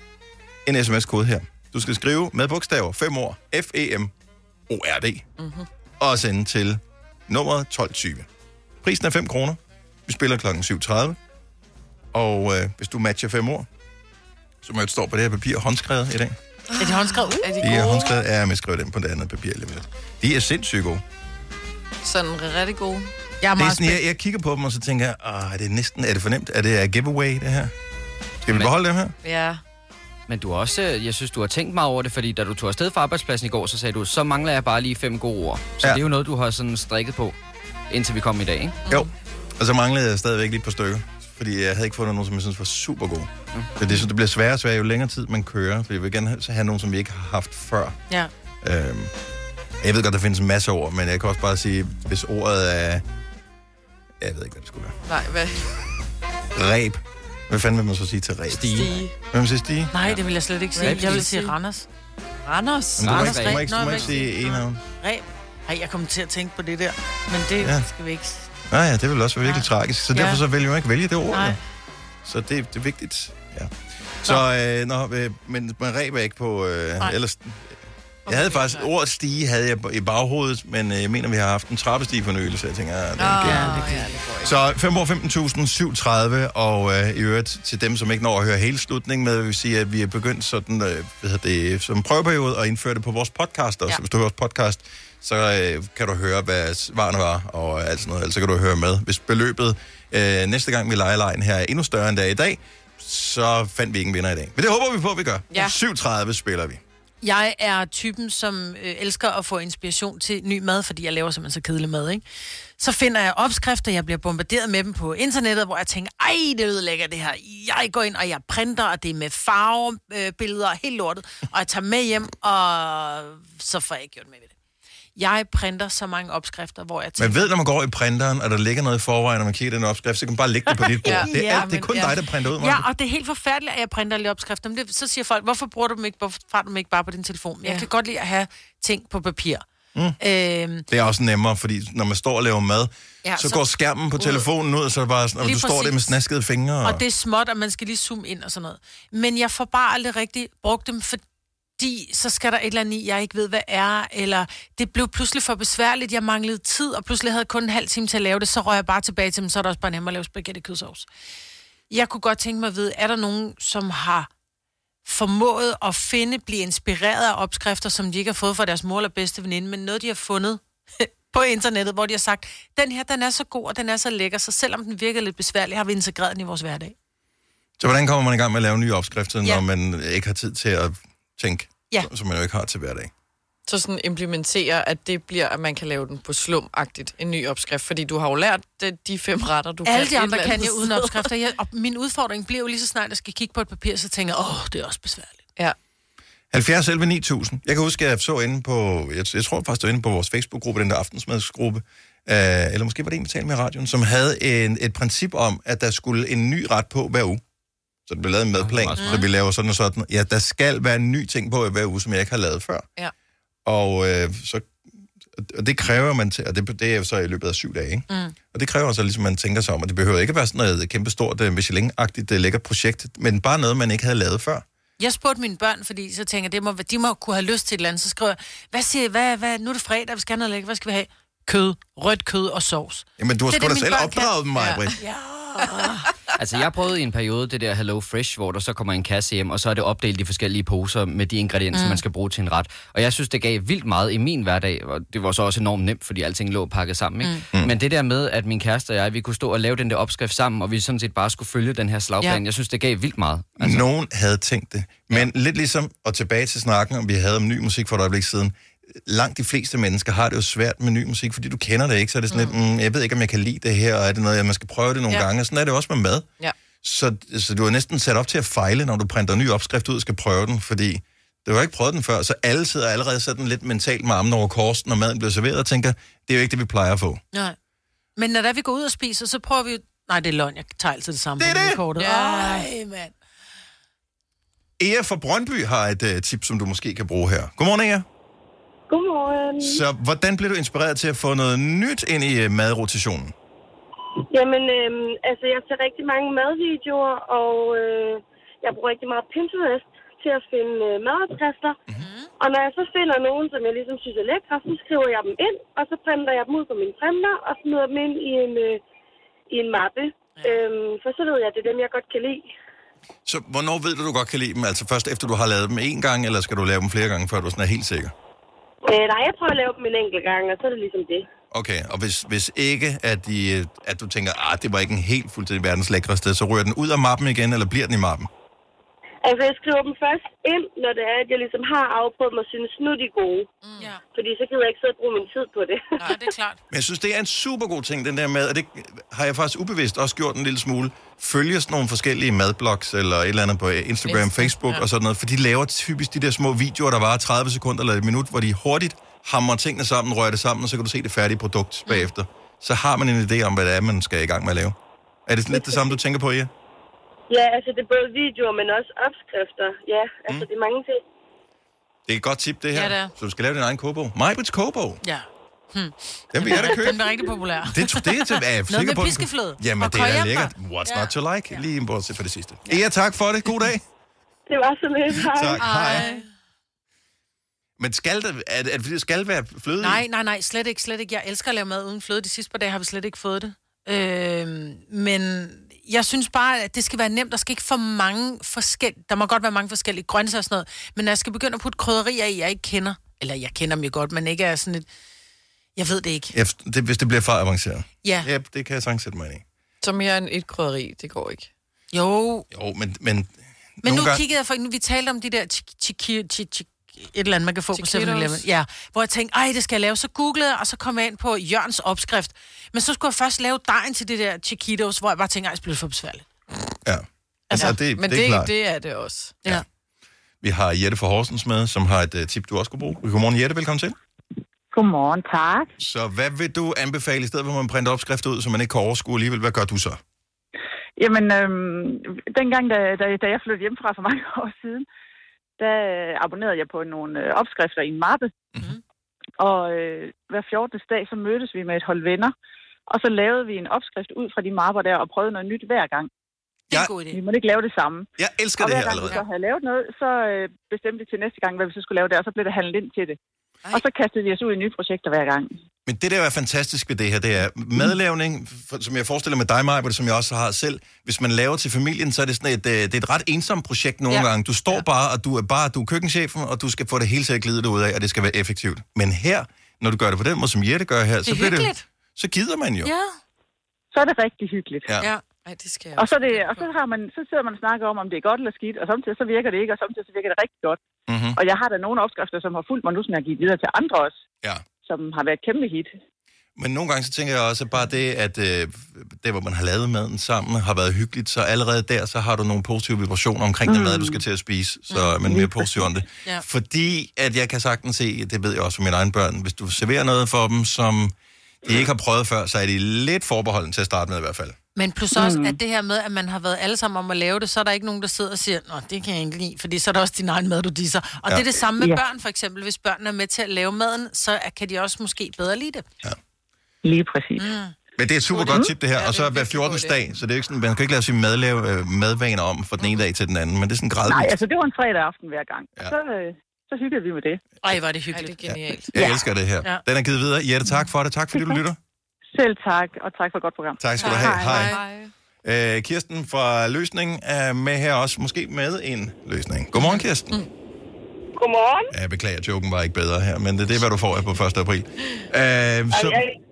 En sms-kode her. Du skal skrive med bogstaver fem år, F E M O R D, mm-hmm. og sende til nummeret tolv tyve. Prisen er fem kroner. Vi spiller klokken syv tredive. Og øh, hvis du matcher fem år, som jo står på det her papir, håndskrevet i dag. Er de håndskrevet? Uh, er de, de er håndskrevet, ja, jeg skrevet dem på det andet papir. De er sindssygt gode. Sådan rigtig gode. Jeg er det er meget sådan, jeg, jeg kigger på dem, og så tænker jeg, ah, er det næsten, er det fornemt? Er det a giveaway, det her? Skal vi Men, beholde dem her? Ja. Men du har også, jeg synes, du har tænkt meget over det, fordi da du tog afsted fra arbejdspladsen i går, så sagde du, så mangler jeg bare lige fem gode ord. Så ja. Det er jo noget, du har sådan strikket på, indtil vi kom i dag, ikke? Mm. Jo, og så manglede jeg stadigvæk lige et par stykker, fordi jeg havde ikke fundet nogen, som jeg synes var super gode. Mm. Så det, så det bliver sværere og sværere, jo længere tid man kører, for jeg vil gerne have nogen, som vi ikke har haft før. Ja. Øhm, jeg ved godt, der findes en masse ord, men jeg kan også bare sige, hvis ordet er... Jeg ved ikke, hvad det skulle være. Nej, hvad? Ræb. Hvad fanden vil man så sige til ræb? Stige. Hvad vil man sige stige? Nej, det vil jeg slet ikke sige. Ræb. Jeg vil sige Randers. Randers? Men du må Randers, ikke, du må Ræb. ikke, du må ikke sige enavn. Ræb. Ej, jeg kommer til at tænke på det der, men det ja. skal vi ikke. Nej, ja, det vil også være virkelig ja. tragisk. Så derfor ja. så vælger man ikke vælge det ord. Nej. Ja. Så det, det er vigtigt. Ja. Så, øh, nå, øh, men man ræb ikke på... Øh, ellers, jeg havde faktisk... Ordet stige havde jeg i baghovedet, men øh, jeg mener, vi har haft en trappestige fornyelse. Jeg tænker, ja, den oh, ja, ja, så fem år femten tusind syv hundrede og tredive, og øh, i øvrigt til dem, som ikke når at høre hele slutningen med, vil vi sige, at vi er begyndt sådan, øh, hvad hedder det, som prøveperiode at indføre det på vores podcast også. Ja. Hvis du hører vores podcast, så øh, kan du høre, hvad svarene var, og alt sådan noget. Ellers så kan du høre med. Hvis beløbet øh, næste gang, vi leger lejen her, er endnu større end det er i dag, så fandt vi ikke en vinder i dag. Men det håber vi på, at vi gør. Ja. syv tredive spiller vi. Jeg er typen, som øh, elsker at få inspiration til ny mad, fordi jeg laver simpelthen så kedelig mad, ikke? Så finder jeg opskrifter, jeg bliver bombarderet med dem på internettet, hvor jeg tænker, ej, det lyder lækkert det her. Jeg går ind, og jeg printer, og det er med farvebilleder og helt lortet, og jeg tager med hjem, og så får jeg ikke gjort med det. Jeg printer så mange opskrifter, hvor jeg tænker... Man ved, når man går i printeren, og der ligger noget i forvejen, når man kigger den opskrift, så kan man bare lægge det på dit bord. ja, det, er, ja, det er kun men, dig, der printer ud. Ja, og det er helt forfærdeligt, at jeg printer alle opskrifter. Men det, så siger folk, hvorfor bruger du dem ikke, hvorfor tager du dem ikke bare på din telefon? Jeg ja. kan godt lide at have ting på papir. Mm. Øhm, det er også nemmere, fordi når man står og laver mad, ja, så, så går skærmen på ud. telefonen ud, og så er det bare sådan, og du præcis. står der med snaskede fingre. Og... og det er småt, og man skal lige zoome ind og sådan noget. Men jeg får bare aldrig rigtig brugt dem, for fordi så skal der et eller andet i, jeg ikke ved, hvad er, eller det blev pludselig for besværligt, jeg manglede tid, og pludselig havde jeg kun en halv time til at lave det, så røg jeg bare tilbage til dem, så er det også bare nemmere at lave spaghetti kødsovs. Jeg kunne godt tænke mig at vide, er der nogen, som har formået at finde, blive inspireret af opskrifter, som de ikke har fået fra deres mor eller bedste veninde, men noget, de har fundet på internettet, hvor de har sagt, den her, den er så god, og den er så lækker, så selvom den virker lidt besværlig, har vi integreret den i vores hverdag. Så hvordan kommer man i gang med at lave nye opskrifter, ja. når man ikke har tid til at tænke, ja. som man jo ikke har til hverdag? Så sådan implementere, at det bliver, at man kan lave den på slumagtigt, en ny opskrift. Fordi du har jo lært det, de fem retter, du Alle kan. Alle de andre kan jeg uden opskrifter. Jeg, og min udfordring bliver jo lige så snart, jeg skal kigge på et papir, så tænker jeg, åh, det er også besværligt. Ja. halvfjerds elleve ni tusind. Jeg kan huske, at jeg så inde på, jeg, jeg tror faktisk, det var inde på vores Facebook-gruppe, den der aftensmadsgruppe, øh, eller måske var det en, vi talte med i radioen, som havde en, et princip om, at der skulle en ny ret på hver uge. Så det blev lavet en madplan, så vi laver sådan og sådan. Ja, der skal være en ny ting på hver uge, som jeg ikke har lavet før. Ja. Og, øh, så, og det kræver man til, og det, det er så i løbet af syv dage, ikke? Mm. Og det kræver så ligesom, man tænker sig om, og det behøver ikke at være sådan noget kæmpestort, Michelin-agtigt lækkert projekt, men bare noget, man ikke havde lavet før. Jeg spurgte mine børn, fordi så tænker jeg, det må, de må kunne have lyst til et eller andet, så skriver jeg, hvad siger hvad, hvad, nu er det fredag, vi skal have noget lækkert, hvad skal vi have? Kød, rødt kød og sovs. Jamen, du har sgu da selv opdraget dem, mig, Britt. Ja. Altså, jeg prøvede i en periode det der Hello Fresh, hvor der så kommer en kasse hjem, og så er det opdelt i forskellige poser med de ingredienser, mm. man skal bruge til en ret. Og jeg synes, det gav vildt meget i min hverdag, og det var så også enormt nemt, fordi alting lå pakket sammen, ikke? Mm. Men det der med, at min kæreste og jeg, vi kunne stå og lave den der opskrift sammen, og vi sådan set bare skulle følge den her slagplan, ja. Jeg synes, det gav vildt meget. Altså. Nogen havde tænkt det. Men ja. lidt ligesom, og tilbage til snakken, om vi havde om ny musik for et øjeblik siden, langt de fleste mennesker har det jo svært med ny musik, fordi du kender det ikke, så er det sådan mm. lidt, mm, jeg ved ikke, om jeg kan lide det her, og er det noget, man skal prøve det nogle ja. gange, sådan er det også med mad. Ja. Så, så du er næsten sat op til at fejle, når du printer en ny opskrift ud og skal prøve den, fordi du har ikke prøvet den før, så alle sidder allerede sådan lidt mentalt med armen over kors, når maden bliver serveret, og tænker, det er jo ikke det, vi plejer at få. Nej. Men når der vi går ud og spiser, så prøver vi jo... Nej, det er løgn, jeg tager altid det samme. Det er det! Kortet. Ja. Ej, mand. Ea fra Brøndby har et uh, tip, som du måske kan bruge her. Godmorgen, Ea. Godmorgen. Så hvordan blev du inspireret til at få noget nyt ind i uh, madrotationen? Jamen, øh, altså jeg ser rigtig mange madvideoer, og øh, jeg bruger rigtig meget Pinterest til at finde øh, madopskrifter. Mm-hmm. Og når jeg så finder nogen, som jeg ligesom synes er lækre, så skriver jeg dem ind, og så printer jeg dem ud på min printer, og smider dem ind i en, øh, i en mappe. Ja. Øhm, for så ved jeg, at det er dem, jeg godt kan lide. Så hvornår ved du, du godt kan lide dem? Altså først efter du har lavet dem en gang, eller skal du lave dem flere gange, før du sådan er helt sikker? Øh, nej, jeg prøver at lave dem en enkelt gang, og så er det ligesom det. Okay, og hvis, hvis ikke, at, de, at du tænker, ah, det var ikke en helt fuldstændig verdens lækreste, så ryger den ud af mappen igen, eller bliver den i mappen? Altså, jeg skriver dem først ind, når det er, at jeg ligesom har afprøvet mig og synes, nu er de gode. Mm. Ja. Fordi så gider jeg ikke sidde og bruge min tid på det. Nej, det er klart. Men jeg synes, det er en super god ting, den der med, og det har jeg faktisk ubevidst også gjort en lille smule, følger sådan nogle forskellige madblogs, eller et eller andet på Instagram, Insta, Facebook ja. og sådan noget, for de laver typisk de der små videoer, der varer tredive sekunder eller et minut, hvor de hurtigt hamrer tingene sammen, rører det sammen, og så kan du se det færdige produkt mm. bagefter. Så har man en idé om, hvad det er, man skal i gang med at lave. Er det lidt det samme, du tænker på, Ia? Ja, altså det er både videoer, men også opskrifter. Ja, altså mm. det er mange ting. Det er et godt tip, det her. Ja, det er. Så du skal lave din egen kogebog. Majbrits kogebog. Ja. Hmm. Den vil jeg da købe. Den er rigtig populær. Det, det er til, er jeg Noget med piskefløde. Jamen, og det er lækkert. What's ja. not to like? Ja. Lige bortset for det sidste. Ja. Ea, tak for det. God dag. Det var så lidt. Hej. Tak. Hej. Men skal det, er det, er det, skal være fløde? Nej, nej, nej. Slet ikke, slet ikke. Jeg elsker at lave mad uden fløde. De sidste par dage har vi slet ikke fået det. Øh, men jeg synes bare, at det skal være nemt. Der skal ikke for mange forskellige... Der må godt være mange forskellige grøntsager og sådan noget. Men når jeg skal begynde at putte krydderier i, jeg ikke kender... Eller jeg kender dem jo godt, men ikke er sådan et... Jeg ved det ikke. Ja, det, hvis det bliver for avanceret. Ja. Ja, det kan jeg sagtens sætte mig ind i. Så mere end et krydderi, det går ikke. Jo. Jo, men... Men, men nu gang... kiggede jeg for... Vi talte om de der... Et eller andet, man kan få på syv eleven. Ja, hvor jeg tænkte, ej, det skal jeg lave. Så googlede jeg, og så kom jeg ind på Jørgens opskrift. Men så skulle jeg først lave dejen til det der Chiquitos, hvor jeg bare tænkte, ej, det bliver for besværligt. Ja. Altså, ja. Det, men det, er det, det er det også. Ja. ja. Vi har Jette fra Horsens med, som har et uh, tip, du også kunne bruge. Godmorgen, Jette. Velkommen til. Godmorgen, tak. Så hvad vil du anbefale, i stedet for at man printer opskrift ud, så man ikke kan overskue alligevel? Hvad gør du så? Jamen, øhm, dengang, da, da, da jeg flyttede hjemmefra for mange år siden, der abonnerede jeg på nogle øh, opskrifter i en mappe. Mm-hmm. Og øh, hver fjortende dag, så mødtes vi med et hold venner. Og så lavede vi en opskrift ud fra de mapper der, og prøvede noget nyt hver gang. Det er en god idé. Vi måtte ikke lave det samme. Jeg elsker og det her allerede. Og hver gang vi så havde lavet noget, så øh, bestemte vi til næste gang, hvad vi så skulle lave der, og så blev der handlet ind til det. Ej. Og så kastede vi os ud i nye projekter hver gang. Men det, der er fantastisk ved det her, det er madlavning, som jeg forestiller med dig, Maja, som jeg også har selv. Hvis man laver til familien, så er det sådan et, det er et ret ensomt projekt nogle ja. gange. Du står ja. bare, og du er bare du er køkkenchefen, og du skal få det hele til at glide dig ud af, og det skal være effektivt. Men her, når du gør det på den måde, som Jette gør her, så bliver det, så gider man jo. Ja. Så er det rigtig hyggeligt. Ja. ja. Ej, det skal jeg og så, det, og så, har man, så sidder man og snakker om, om det er godt eller skidt, og samtidig så virker det ikke, og samtidig så virker det rigtig godt. Mm-hmm. Og jeg har da nogle opskrifter, som har fulgt mig nu, som jeg har givet videre til andre også, ja. som har været et kæmpe hit. Men nogle gange så tænker jeg også, at bare det, at øh, det, hvor man har lavet maden sammen, har været hyggeligt, så allerede der, så har du nogle positive vibrationer omkring mm. den mad, du skal til at spise, så mm. man er mere positiv om det. Ja. Fordi, at jeg kan sagtens se, det ved jeg også for mine egne børn, hvis du serverer noget for dem, som de ikke har prøvet før, så er de lidt forbeholden til at starte med i hvert fald. Men plus også, at det her med, at man har været alle sammen om at lave det, så er der ikke nogen, der sidder og siger, nå, det kan jeg ikke lide, fordi så er der også din egen mad, du disser. Og ja. det er det samme med ja. børn, for eksempel. Hvis børnene er med til at lave maden, så kan de også måske bedre lide det. Ja. Lige præcis. Mm. Men det er et super godt tip, det her. Ja, og så hver fjortende dag, så det er ikke sådan, man kan ikke lade sine madlave, madvaner om fra den ene dag til den anden, men det er sådan gradvist. Nej, altså det var en fredag aften hver gang. Ja. Så, så hyggede vi med det. Ej, var det hyggeligt. Ja, det er genialt. Ja. Jeg elsker det her. Ja. Den er givet videre. Jette, tak for det. Tak fordi du lytter. Selv tak, og tak for et godt program. Tak skal du have. Hej. Hej. Øh, Kirsten fra Løsning er med her også, måske med en løsning. Godmorgen, Kirsten. Mm. Godmorgen. Ja, jeg beklager, joken var ikke bedre her, men det er det, hvad du får her på første april. Øh, så...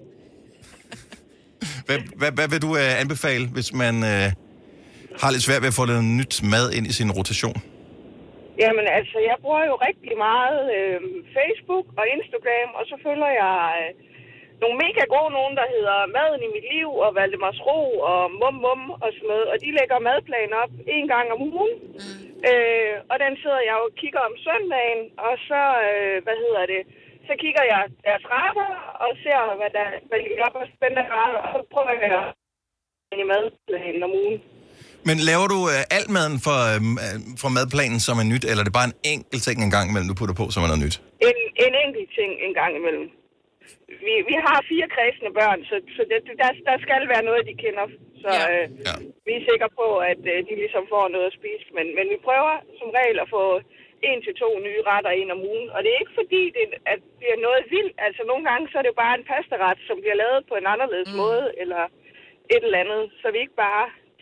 Hvad, hvad, hvad vil du uh, anbefale, hvis man uh, har lidt svært ved at få noget nyt mad ind i sin rotation? Jamen altså, jeg bruger jo rigtig meget øh, Facebook og Instagram, og så følger jeg øh, nogle mega gode nogen, der hedder Maden i mit liv og Valdemars Ro og Mum Mum og sådan noget. Og de lægger madplan op en gang om ugen. Mm. Øh, og den sidder jeg og kigger om søndagen, og så, øh, hvad hedder det... Så kigger jeg deres retter og ser, hvad der hvad de gør på spændende retter, og så prøver jeg ind i madplanen om ugen. Men laver du uh, alt maden for, uh, for madplanen som er nyt, eller er det bare en enkelt ting en gang imellem, du putter på, som er noget nyt? En, en enkelt ting en gang imellem. Vi, vi har fire kredsende børn, så, så det, der, der skal være noget, de kender. Så ja. Øh, ja. vi er sikre på, at uh, de ligesom får noget at spise. Men, men vi prøver som regel at få... en til to nye retter ind om ugen. Og det er ikke fordi, det, at det er noget vildt. Altså nogle gange, så er det jo bare en pastaret, som bliver lavet på en anderledes mm. måde, eller et eller andet. Så vi ikke bare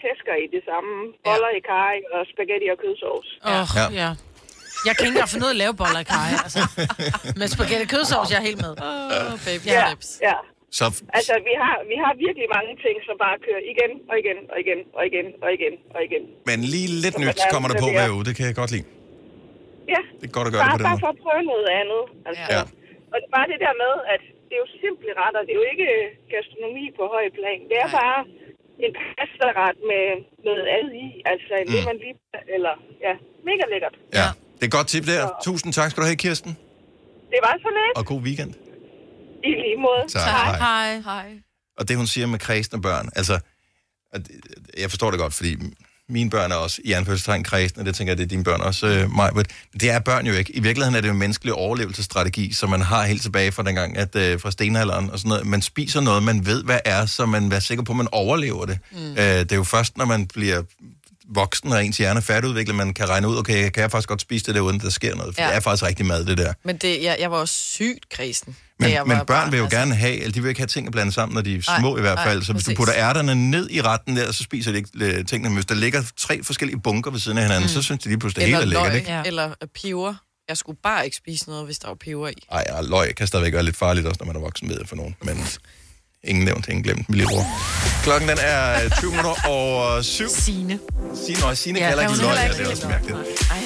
tæsker i det samme. Boller ja. i kaj og spaghetti og kødsovs. Åh, oh, ja. ja. Jeg kan ikke engang finde ud af at lave boller i kaj, altså. Men spaghetti og kødsovs, jeg er helt med. Åh, oh, baby ja, lips. Ja. Så... Altså, vi har, vi har virkelig mange ting, som bare kører igen og igen og igen og igen og igen og igen. Men lige lidt nyt kommer der på hver uge, det kan jeg godt lide. Ja. Det er godt at gøre bare, det på den bare måde. for at prøve noget andet. Altså. Ja. Og bare det der med, at det er jo simple retter, det er jo ikke gastronomi på høj plan. Det er Nej. bare en pastaret med noget andet i, altså en mm. man lige, eller ja, mega lækkert. Ja, det er et godt tip der. Så. Tusind tak skal du have, Kirsten. Det var så lidt. Og god weekend. I lige måde. Tak. Hej. Hej. Hej. Og det, hun siger med kredsende børn, altså, jeg forstår det godt, fordi mine børn er også i anførselstegn kredsende, det tænker jeg, det er dine børn også, øh, Maj, men det er børn jo ikke. I virkeligheden er det jo en menneskelig overlevelsesstrategi, som man har helt tilbage fra dengang, at øh, fra stenalderen og sådan noget. Man spiser noget, man ved, hvad er, så man er sikker på, at man overlever det. Mm. Øh, det er jo først, når man bliver voksen og ens hjerne er færdigudviklet, man kan regne ud, okay, kan jeg faktisk godt spise det der, uden der sker noget, for ja. det er faktisk rigtig mad, det der. Men det, jeg, jeg var også sygt kredsen. Men, men børn bare, vil jo altså... gerne have, eller de vil ikke have ting at blande sammen, når de er små ej, i hvert fald. Ej, så hvis præcis. du putter ærterne ned i retten der, så spiser de ikke uh, tingene. Men hvis der ligger tre forskellige bunker ved siden af hinanden, mm. så synes de lige pludselig, det hele er lækkert, ikke? Ja. Eller peber. Jeg skulle bare ikke spise noget, hvis der var peber i. Ej, ja, løg kan stadigvæk være lidt farligt også, når man er voksen ved for nogen. Men ingen nævnt, ingen glemt. Vi lige bruger. Klokken den er tyve minutter over syv. Signe. Signe, og Signe ja, kalder ikke løg, ja, det er også mærkeligt.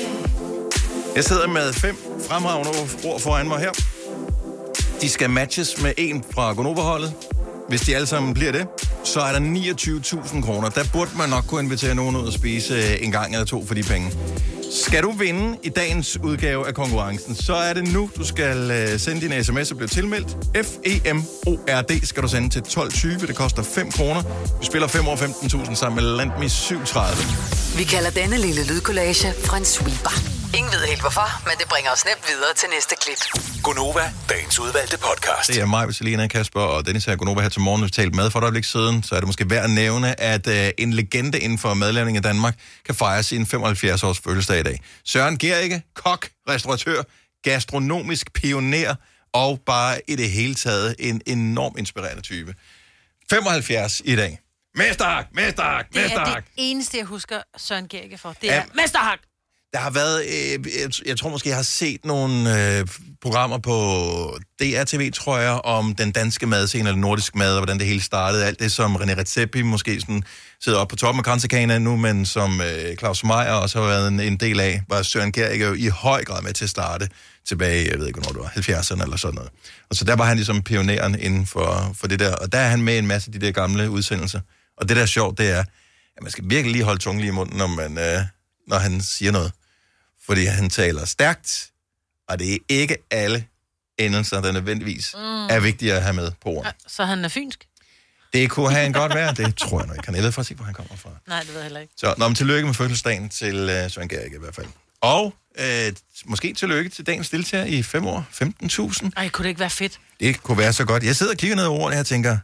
Jeg sidder med fem fremragende ord foran mig her. De skal matches med en fra Gonova-holdet. Hvis de alle sammen bliver det, så er der niogtyve tusind kroner. Der burde man nok kunne invitere nogen ud og spise en gang eller to for de penge. Skal du vinde i dagens udgave af konkurrencen, så er det nu, du skal sende din sms og blive tilmeldt. F E M O R D skal du sende til tolv tyve. Det koster fem kroner. Vi spiller fem over femten tusind sammen med Landme syv tredive. Vi kalder denne lille lydkollage en sweeper. Ingen ved helt hvorfor, men det bringer os nemt videre til næste klip. Gonova, dagens udvalgte podcast. Det er mig, Selina, Kasper og Dennis her. Gonova her til morgen. Vi talte med for et øjeblik siden, så er det måske værd at nævne, at uh, en legende inden for madlavning i Danmark kan fejre sin femoghalvfjerds års fødselsdag i dag. Søren Gericke, kok, restauratør, gastronomisk pioner og bare i det hele taget en enormt inspirerende type. femoghalvfjerds i dag. Mesterhak, mesterhak, mesterhak. Det er det eneste, jeg husker Søren Gericke for. Det er ja. mesterhak. Der har været, øh, jeg, jeg tror måske, jeg har set nogle øh, programmer på D R T V, tror jeg, om den danske madscene, eller nordisk mad, og hvordan det hele startede. Alt det, som René Redzepi måske sådan sidder oppe på toppen af kransekagene nu, men som øh, Claus Meyer også har været en, en del af, var Søren Gericke jo i høj grad med til at starte tilbage, jeg ved ikke, hvornår det var, halvfjerdserne eller sådan noget. Og så der var han ligesom pioneren inden for, for det der, og der er han med i en masse af de der gamle udsendelser. Og det der er sjovt, det er, at man skal virkelig lige holde tungen lige i munden, når, man, øh, når han siger noget. Fordi han taler stærkt, og det er ikke alle endelser, der nødvendigvis mm. er vigtige at have med på ord. Så han er fynsk? Det kunne han godt være, det tror jeg nok ikke. Jeg ved faktisk ikke, hvor han kommer fra. Nej, det ved jeg heller ikke. Så nå, men tillykke med fødselsdagen til uh, Søren Gericke i hvert fald. Og øh, måske tillykke til dagens deltager i fem år, femten tusind. Ej, kunne det ikke være fedt? Det kunne være så godt. Jeg sidder og kigger ned over ordene, og jeg tænker,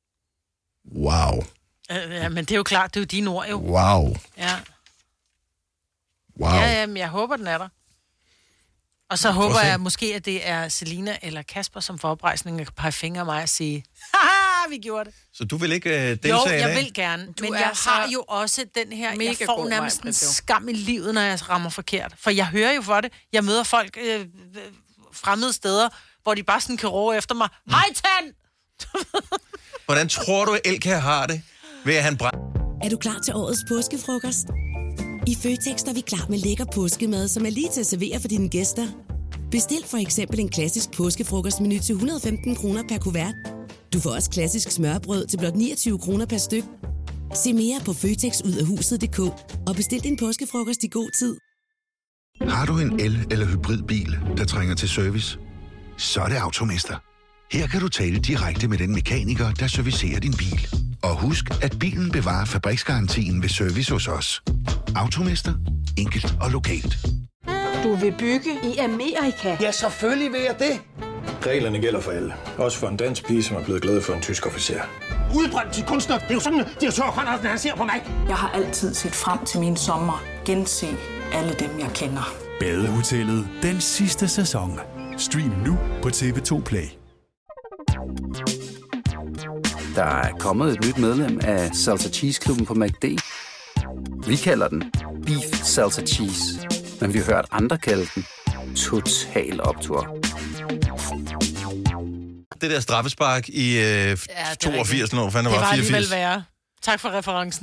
wow. Øh, ja, men det er jo klart, det er jo dine ord jo. Wow. Ja. Wow. Ja, ja, men jeg håber, den er der. Og så håber jeg måske, at det er Selina eller Kasper, som får oprejsning og kan pege fingre af mig og sige, haha, vi gjorde det. Så du vil ikke uh, deltage jo, i dag? jeg vil gerne. Du men jeg har jo også den her, jeg får nærmest en skam i livet, når jeg rammer forkert. For jeg hører jo for det. Jeg møder folk øh, fremmede steder, hvor de bare sådan kan råbe efter mig, hej Tan! Hvordan tror du, at Elka har det ved at han brænder? Er du klar til årets påskefrokost? I Føtex er vi klar med lækker påskemad, som er lige til at servere for dine gæster. Bestil for eksempel en klassisk påskefrokostmenu til et hundrede og femten kroner per kuvert. Du får også klassisk smørbrød til blot niogtyve kroner per styk. Se mere på føtex ud af huset punktum d k og bestil din påskefrokost i god tid. Har du en el- eller hybridbil, der trænger til service? Så er det Automester. Her kan du tale direkte med den mekaniker, der servicerer din bil. Og husk, at bilen bevarer fabriksgarantien ved service hos os. Automester. Enkelt og lokalt. Du vil bygge i Amerika? Ja, selvfølgelig vil jeg det. Reglerne gælder for alle. Også for en dansk pige, som er blevet glad for en tysk officer. Udbrændt til kunstner. Det er jo sådan, at direktør Conradsen, han ser på mig. Jeg har altid set frem til min sommer. Gense alle dem, jeg kender. Badehotellet den sidste sæson. Stream nu på T V to Play. Der er kommet et nyt medlem af Salsa Cheese Klubben på McD. Vi kalder den Beef Salsa Cheese, men vi har hørt andre kalde den Total Optur. Det der straffespark i øh, ja, toogfirs, når fanden det var var fireogfirs. alligevel værre. Tak for referencen.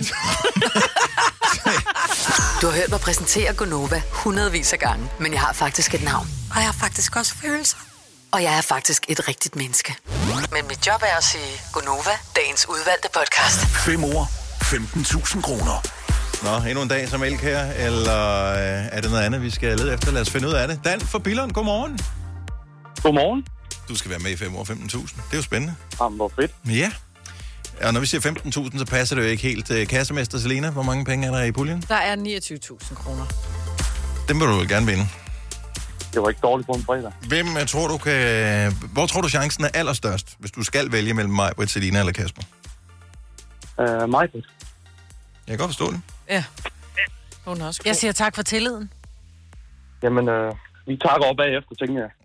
Du har hørt mig præsentere Gonova hundredvis af gange, men jeg har faktisk et navn. Og jeg har faktisk også følelser. Og jeg er faktisk et rigtigt menneske. Men mit job er at sige Gonova, dagens udvalgte podcast. Fem år, femten tusind kroner. Nå, endnu en dag som elkær, eller øh, er det noget andet, vi skal lede efter? Lad os finde ud af det. Dan fra Billund, godmorgen. Godmorgen. Du skal være med i fem år, femten tusind. Det er jo spændende. Jamen, hvor fedt. Ja. Og når vi siger femten tusind, så passer det jo ikke helt. Kassemester Selena, hvor mange penge er der i puljen? Der er niogtyve tusind kroner. Dem vil du vel gerne vinde. Det var ikke dårligt på en fredag. Hvem jeg tror, du kan... Hvor tror du, chancen er allerstørst, hvis du skal vælge mellem mig, Britt, Selina eller Kasper? Uh, mig, Britt. Jeg kan godt forstå det. Ja. Hun er også god. Jeg siger tak for tilliden. Jamen, øh, vi takker op bagefter, tænker jeg.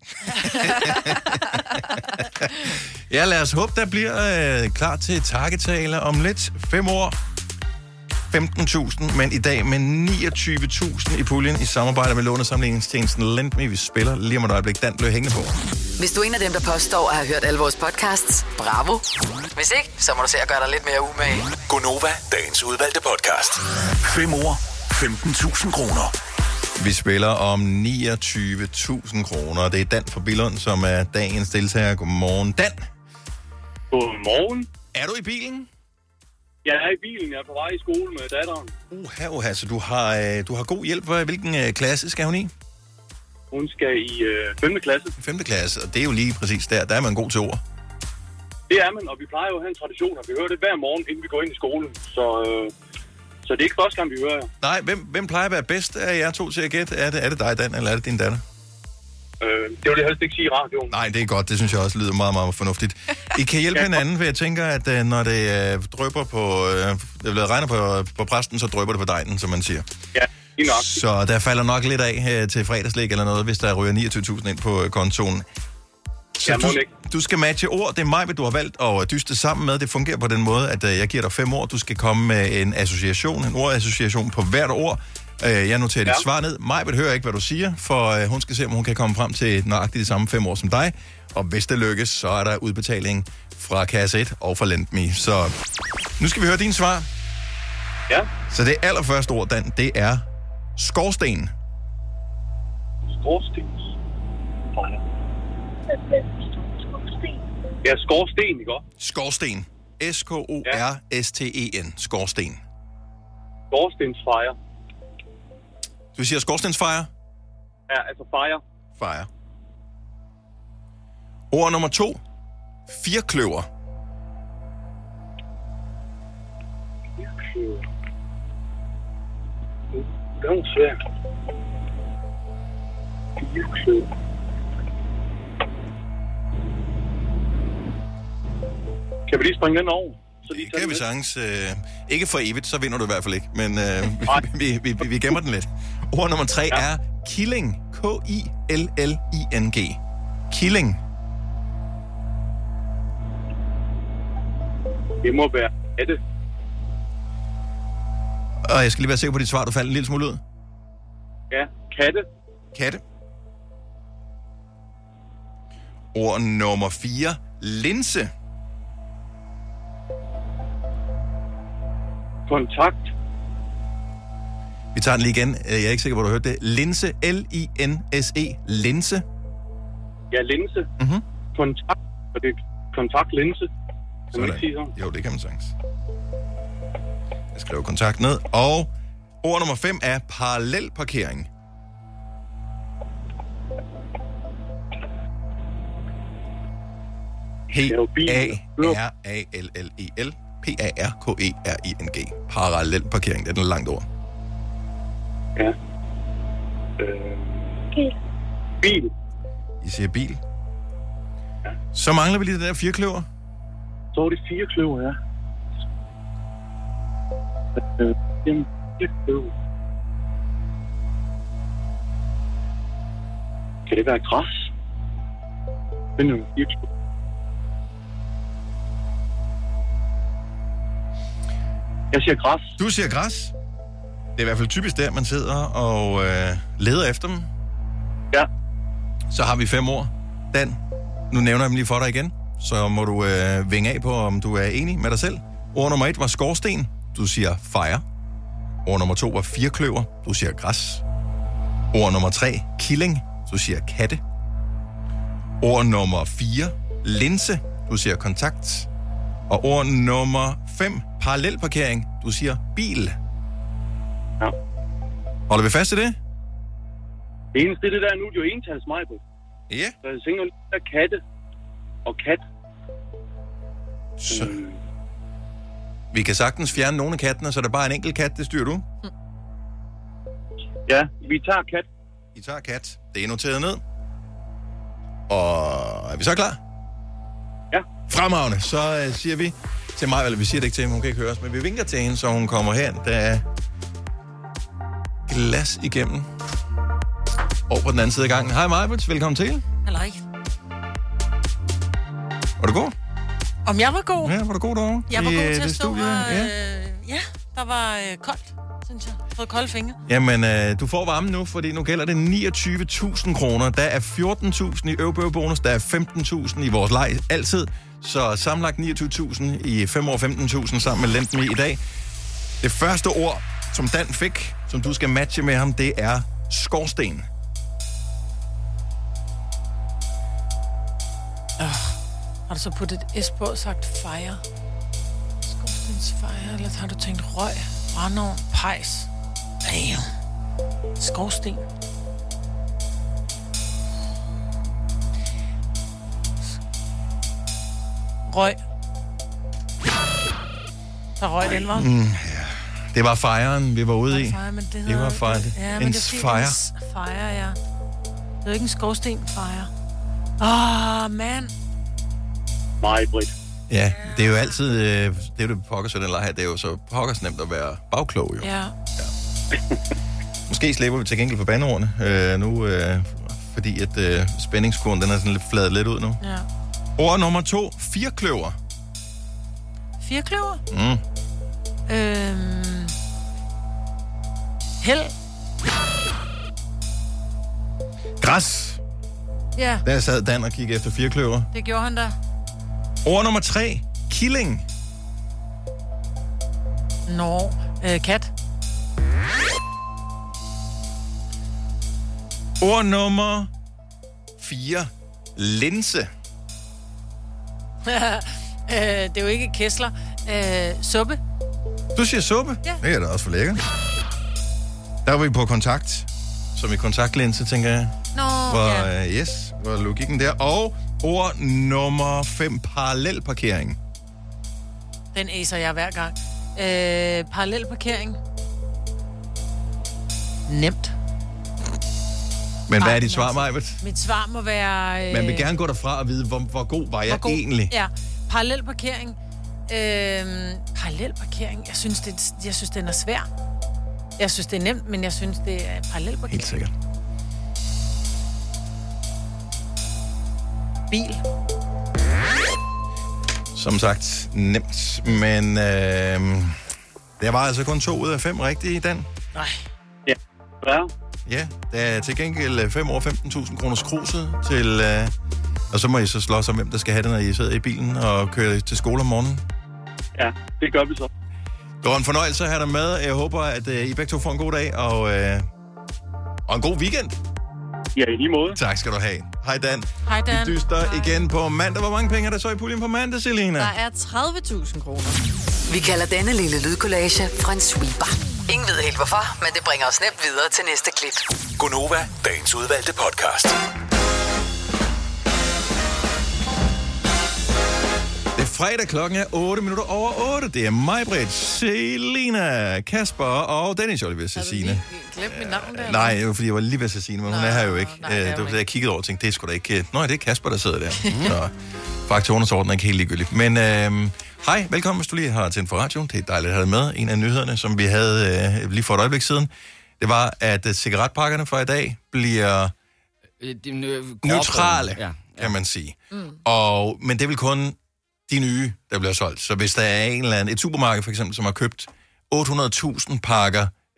Ja, lad os håbe, der bliver øh, klar til takketale om lidt. Fem år, femten tusind, men i dag med niogtyve tusind i puljen i samarbejde med lånesamlingstjenesten LendMe. Vi spiller lige om et øjeblik. Dan blev hængende på. Hvis du er en af dem, der påstår at have hørt alle vores podcasts, bravo. Hvis ikke, så må du se at gøre dig lidt mere umage. Gonova, dagens udvalgte podcast. Fem år, femten tusind kroner. Vi spiller om niogtyve tusind kroner. Det er Dan fra Billund, som er dagens deltager. Godmorgen, Dan. Godmorgen. Er du i bilen? Jeg er i bilen. Jeg er på vej i skole med datteren. Uha, uha, så du har, øh, du har god hjælp. Hvilken øh, klasse skal hun i? Hun skal i øh, femte klasse. femte klasse, og det er jo lige præcis der. Der er man god til ord. Det er man, og vi plejer jo at have en tradition, at vi hører det hver morgen, inden vi går ind i skolen. Så, øh, så det er ikke første gang, vi hører jer. Nej, hvem, hvem plejer at være bedst af jer to til at gætte? Er det, er det dig, Dan, eller er det din datter? Øh, det vil jeg helst ikke sige i radioen. Nej, det er godt. Det synes jeg også lyder meget, meget fornuftigt. I kan hjælpe hinanden, for jeg tænker, at uh, når det uh, drypper på... Uh, det regner på, på præsten, så drypper det på dejen, som man siger. Ja, lige nok. Så der falder nok lidt af uh, til fredagslæg eller noget, hvis der ryger niogtyve tusind ind på uh, kontoen. Så du, du skal matche ord. Det er mig, du har valgt at dyste sammen med. Det fungerer på den måde, at uh, jeg giver dig fem ord. Du skal komme med en association, en ordassociation på hvert ord. Jeg noterer dit ja. svar ned. Majbet hører ikke, hvad du siger, for hun skal se, om hun kan komme frem til nøjagtigt de samme fem år som dig. Og hvis det lykkes, så er der udbetaling fra kasse et og fra LendMe. Så nu skal vi høre dine svar. Ja. Så det allerførste ord, Dan, det er skorsten. Skorsten? Ja, skorsten, ikke også? Skorsten. S K O R S T E N. Skorsten. Skorstensfejer. Du siger skorstensfejer? Ja, altså fejre. Fejre. Ord nummer to. Firkløver. Firkløver. Det er jo svært. Firkløver. Kan vi lige springe den over? Så lige det kan vi sagtens. Øh, ikke for evigt, så vinder du i hvert fald ikke. Men øh, vi, vi, vi, vi gemmer den lidt. Ord nummer tre ja. er killing. K I L L I N G. Killing. Det må være katte. Og jeg skal lige være sikker på dit svar, du faldt en lille smule ud. Ja, katte. Katte. Ord nummer fire. Linse. Kontakt. Vi tager den lige igen. Jeg er ikke sikker på, at du har hørt det. Linse. L I N S E. Linse. Ja, linse. Mm-hmm. Kontakt. Og det er kontaktlinse. Kan man ikke sige sådan? Jo, det kan man sagtens. Jeg skriver kontakt ned. Og ord nummer fem er parallelparkering. P A R A L L E L. P A R K E R I N G. Parallelparkering. Det er den langt ord. Ja. Øh... Bil. Bil. I siger bil. Ja. Så mangler vi lige det der firekløver. Så er det firekløver, ja. Øh, jamen, firekløver. Kan det være græs? Det er jo firekløver. Jeg siger græs. Du siger græs? i hvert fald typisk der, man sidder og øh, leder efter dem. Ja. Så har vi fem ord. Dan, nu nævner jeg dem lige for dig igen. Så må du øh, vinge af på, om du er enig med dig selv. Ord nummer et var skorsten. Du siger fire. Ord nummer to var firkløver. Du siger græs. Ord nummer tre, killing. Du siger katte. Ord nummer fire, linse. Du siger kontakt. Og ord nummer fem, parallelparkering. Du siger bil. Ja. Holder vi fast i det? Det eneste, det der nu, det er jo entals mig på. Ja. Så jeg tænker lidt der katte og kat. Så. Mm. Vi kan sagtens fjerne nogle af kattene, så der er bare en enkelt kat, det styrer du? Mm. Ja, vi tager kat. Vi tager kat. Det er noteret ned. Og er vi så klar? Ja. Fremragende. Så uh, siger vi til mig, eller vi siger det ikke til hende, hun kan ikke høre os, men vi vinker til hende, så hun kommer hen. Der er glas igennem. Over på den anden side af gangen. Hej Majbert, velkommen til. Halløj. Var du god? Om jeg var god? Ja, var du god derovre? Jeg var I, god uh, til at stå og... Ja. Øh, ja, der var øh, koldt, synes jeg. Jeg har fået kolde fingre. Jamen, øh, du får varme nu, fordi nu gælder det niogtyve tusind kroner. Der er fjorten tusind i øvbøvebonus, der er femten tusind i vores leg altid. Så sammenlagt niogtyve tusind i fem år femten tusind sammen med Lendme i dag. Det første ord, som Dan fik, som du skal matche med ham, det er skorsten. Øh, har du så puttet et S på og sagt fire? Skorstensfire, eller har du tænkt røg, brændeovn, pejs? Ej, skorsten. Røg. Der røg den, var. Mm, ja. Det var fejren, vi var ude i. Fire, men det, det var fejren. Ja, en men det er fire. Fire, ja. Det er jo ikke en skorsten, fire. Åh, oh, man. Meget bredt. Ja, det er jo altid, øh, det er jo det pokkers den leg her, det er jo så pokkers nemt at være bagklog, jo. Ja. Ja. Måske slipper vi til gengæld for bandeordene øh, nu, øh, fordi at øh, spændingskurven, den er sådan lidt fladet lidt ud nu. Ja. Ord nummer to, firkløver. Firkløver? Mm. Øhm... Held. Græs. Ja, Der sad Dan og kiggede efter firkløver. det gjorde han da. Ord nummer tre, killing. Nå, øh, kat. Ord nummer fire, linse. øh, det er jo ikke kæsler. Øh, suppe. Du siger suppe? Ja. Det er da også for lækkert. Der var vi på kontakt, som i kontaktlinse, tænker jeg. Nå, Hvor, ja. uh, yes, hvor er logikken der. Og ord nummer fem, parallelparkering. Den æser jeg hver gang. Øh, parallelparkering. Nemt. Men hvad er Ej, dit svar, altså, Majbert? Mit svar må være... Øh, Man vil gerne gå derfra og vide, hvor, hvor god var jeg hvor god- egentlig? Ja, parallelparkering. Øh, parallelparkering. Jeg synes, det, jeg synes, den er svær. Jeg synes, det er nemt, men jeg synes, det er parallelparkering. Helt sikkert. Bil. Som sagt, nemt. Men øh, der var altså kun to ud af fem rigtige, Dan. Nej. Ja. Ja. Ja, der er til gengæld fem år femten tusind kroners kruset til... Øh, og så må I så slås om, hvem der skal have det, når I sidder i bilen og kører til skole om morgenen. Ja, det gør vi så. Det var en fornøjelse at have dig med. Jeg håber, at øh, I begge to får en god dag og, øh, og en god weekend. Ja, i lige måde. Tak skal du have. Hej Dan. Hej Dan. Vi dyster Hej. igen på mandag. Hvor mange penge er der så i puljen på mandag, Selina? Der er tredive tusind kroner. Vi kalder denne lille lydkollage en sweeper. Ingen ved helt hvorfor, men det bringer os nemt videre til næste klip. Gonova, dagens udvalgte podcast. Det er fredag, klokken er otte minutter over otte. Det er mig, Britt, Selina, Kasper og Dennis, Oliver, Cecine. Glem mit navn der. Nej, det var fordi, jeg var lige ved Cecine, men hun er her jo ikke. nej, det er det var hun fordi, jeg kiggede over og tænkte, det er sgu da ikke... Nå, det er Kasper, der sidder der. Så faktorernes orden er ikke helt ligegyldigt. Men øh, hej, velkommen, hvis du lige har tændt for radioen. Det er dejligt at have dig med. En af nyhederne, som vi havde øh, lige for et øjeblik siden, det var, at uh, cigaretpakkerne fra i dag bliver neutrale, ja, ja. kan man sige. Mm. Og, men det er vel kun de nye, der bliver solgt. Så hvis der er en eller anden, et supermarked for eksempel, som har købt otte hundrede tusind pakker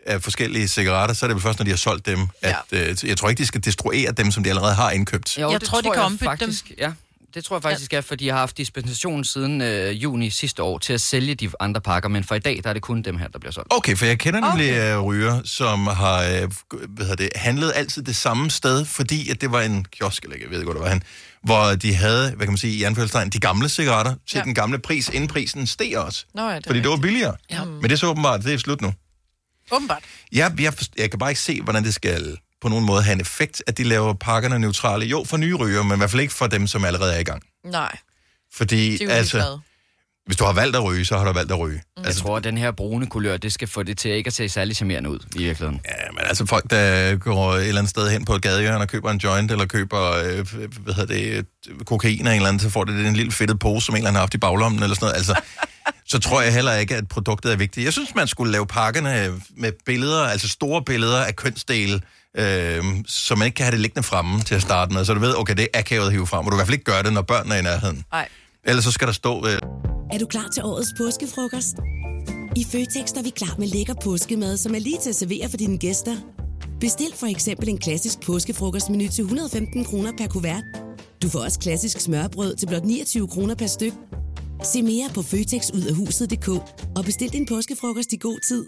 af forskellige cigaretter, så er det vel først, når de har solgt dem, at ja. øh, jeg tror ikke, de skal destruere dem, som de allerede har indkøbt. Jo, jeg det tror, de tror kan jeg ombytte faktisk, dem. Ja, det tror jeg faktisk ja. er, for de har haft dispensation siden øh, juni sidste år til at sælge de andre pakker, men for i dag, der er det kun dem her, der bliver solgt. Okay, for jeg kender nemlig okay. ryger, som har øh, hvad hedder det, handlet altid det samme sted, fordi at det var en kiosk, eller jeg ved ikke, hvor det var han, hvor de havde, hvad kan man sige, i anførselstegn, de gamle cigaretter til ja. den gamle pris, inden prisen steg også. Nå, ja, det fordi det var billigere. Ja. Men det er så åbenbart, det er slut nu. Åbenbart. Jeg, jeg, jeg kan bare ikke se, hvordan det skal på nogen måde have en effekt, at de laver pakkerne neutrale. Jo, for nye ryger, men i hvert fald ikke for dem, som allerede er i gang. Nej. Fordi, altså, hvis du har valgt at ryge, så har du valgt at ryge. Mm. Altså, jeg tror, at den her brune kulør, det skal få det til ikke at se særlig charmerende ud, i virkeligheden. Ja, men altså folk, der går et eller andet sted hen på et gadehjørne og køber en joint, eller køber, øh, hvad hedder det, kokain eller en eller andet, så får det en lille fedtet pose, som en eller anden har haft i baglommen, eller sådan noget. Altså, så tror jeg heller ikke, at produktet er vigtigt. Jeg synes, man skulle lave pakkerne med billeder, altså store billeder af kønsdele, øh, så man ikke kan have det liggende fremme til at starte med. Så du ved, okay, det er akavet at hive frem, og du i hvert fald ikke gøre det, når børnene er i nærheden. Nej. Ellers så skal der stå... Øh... Er du klar til årets påskefrokost? I Føtex er vi klar med lækker påskemad, som er lige til at servere for dine gæster. Bestil for eksempel en klassisk påskefrokostmenu til et hundrede og femten kroner per kuvert. Du får også klassisk smørbrød til blot niogtyve kroner per styk. Se mere på føtex ud af huset punktum d k og bestil din påskefrokost i god tid.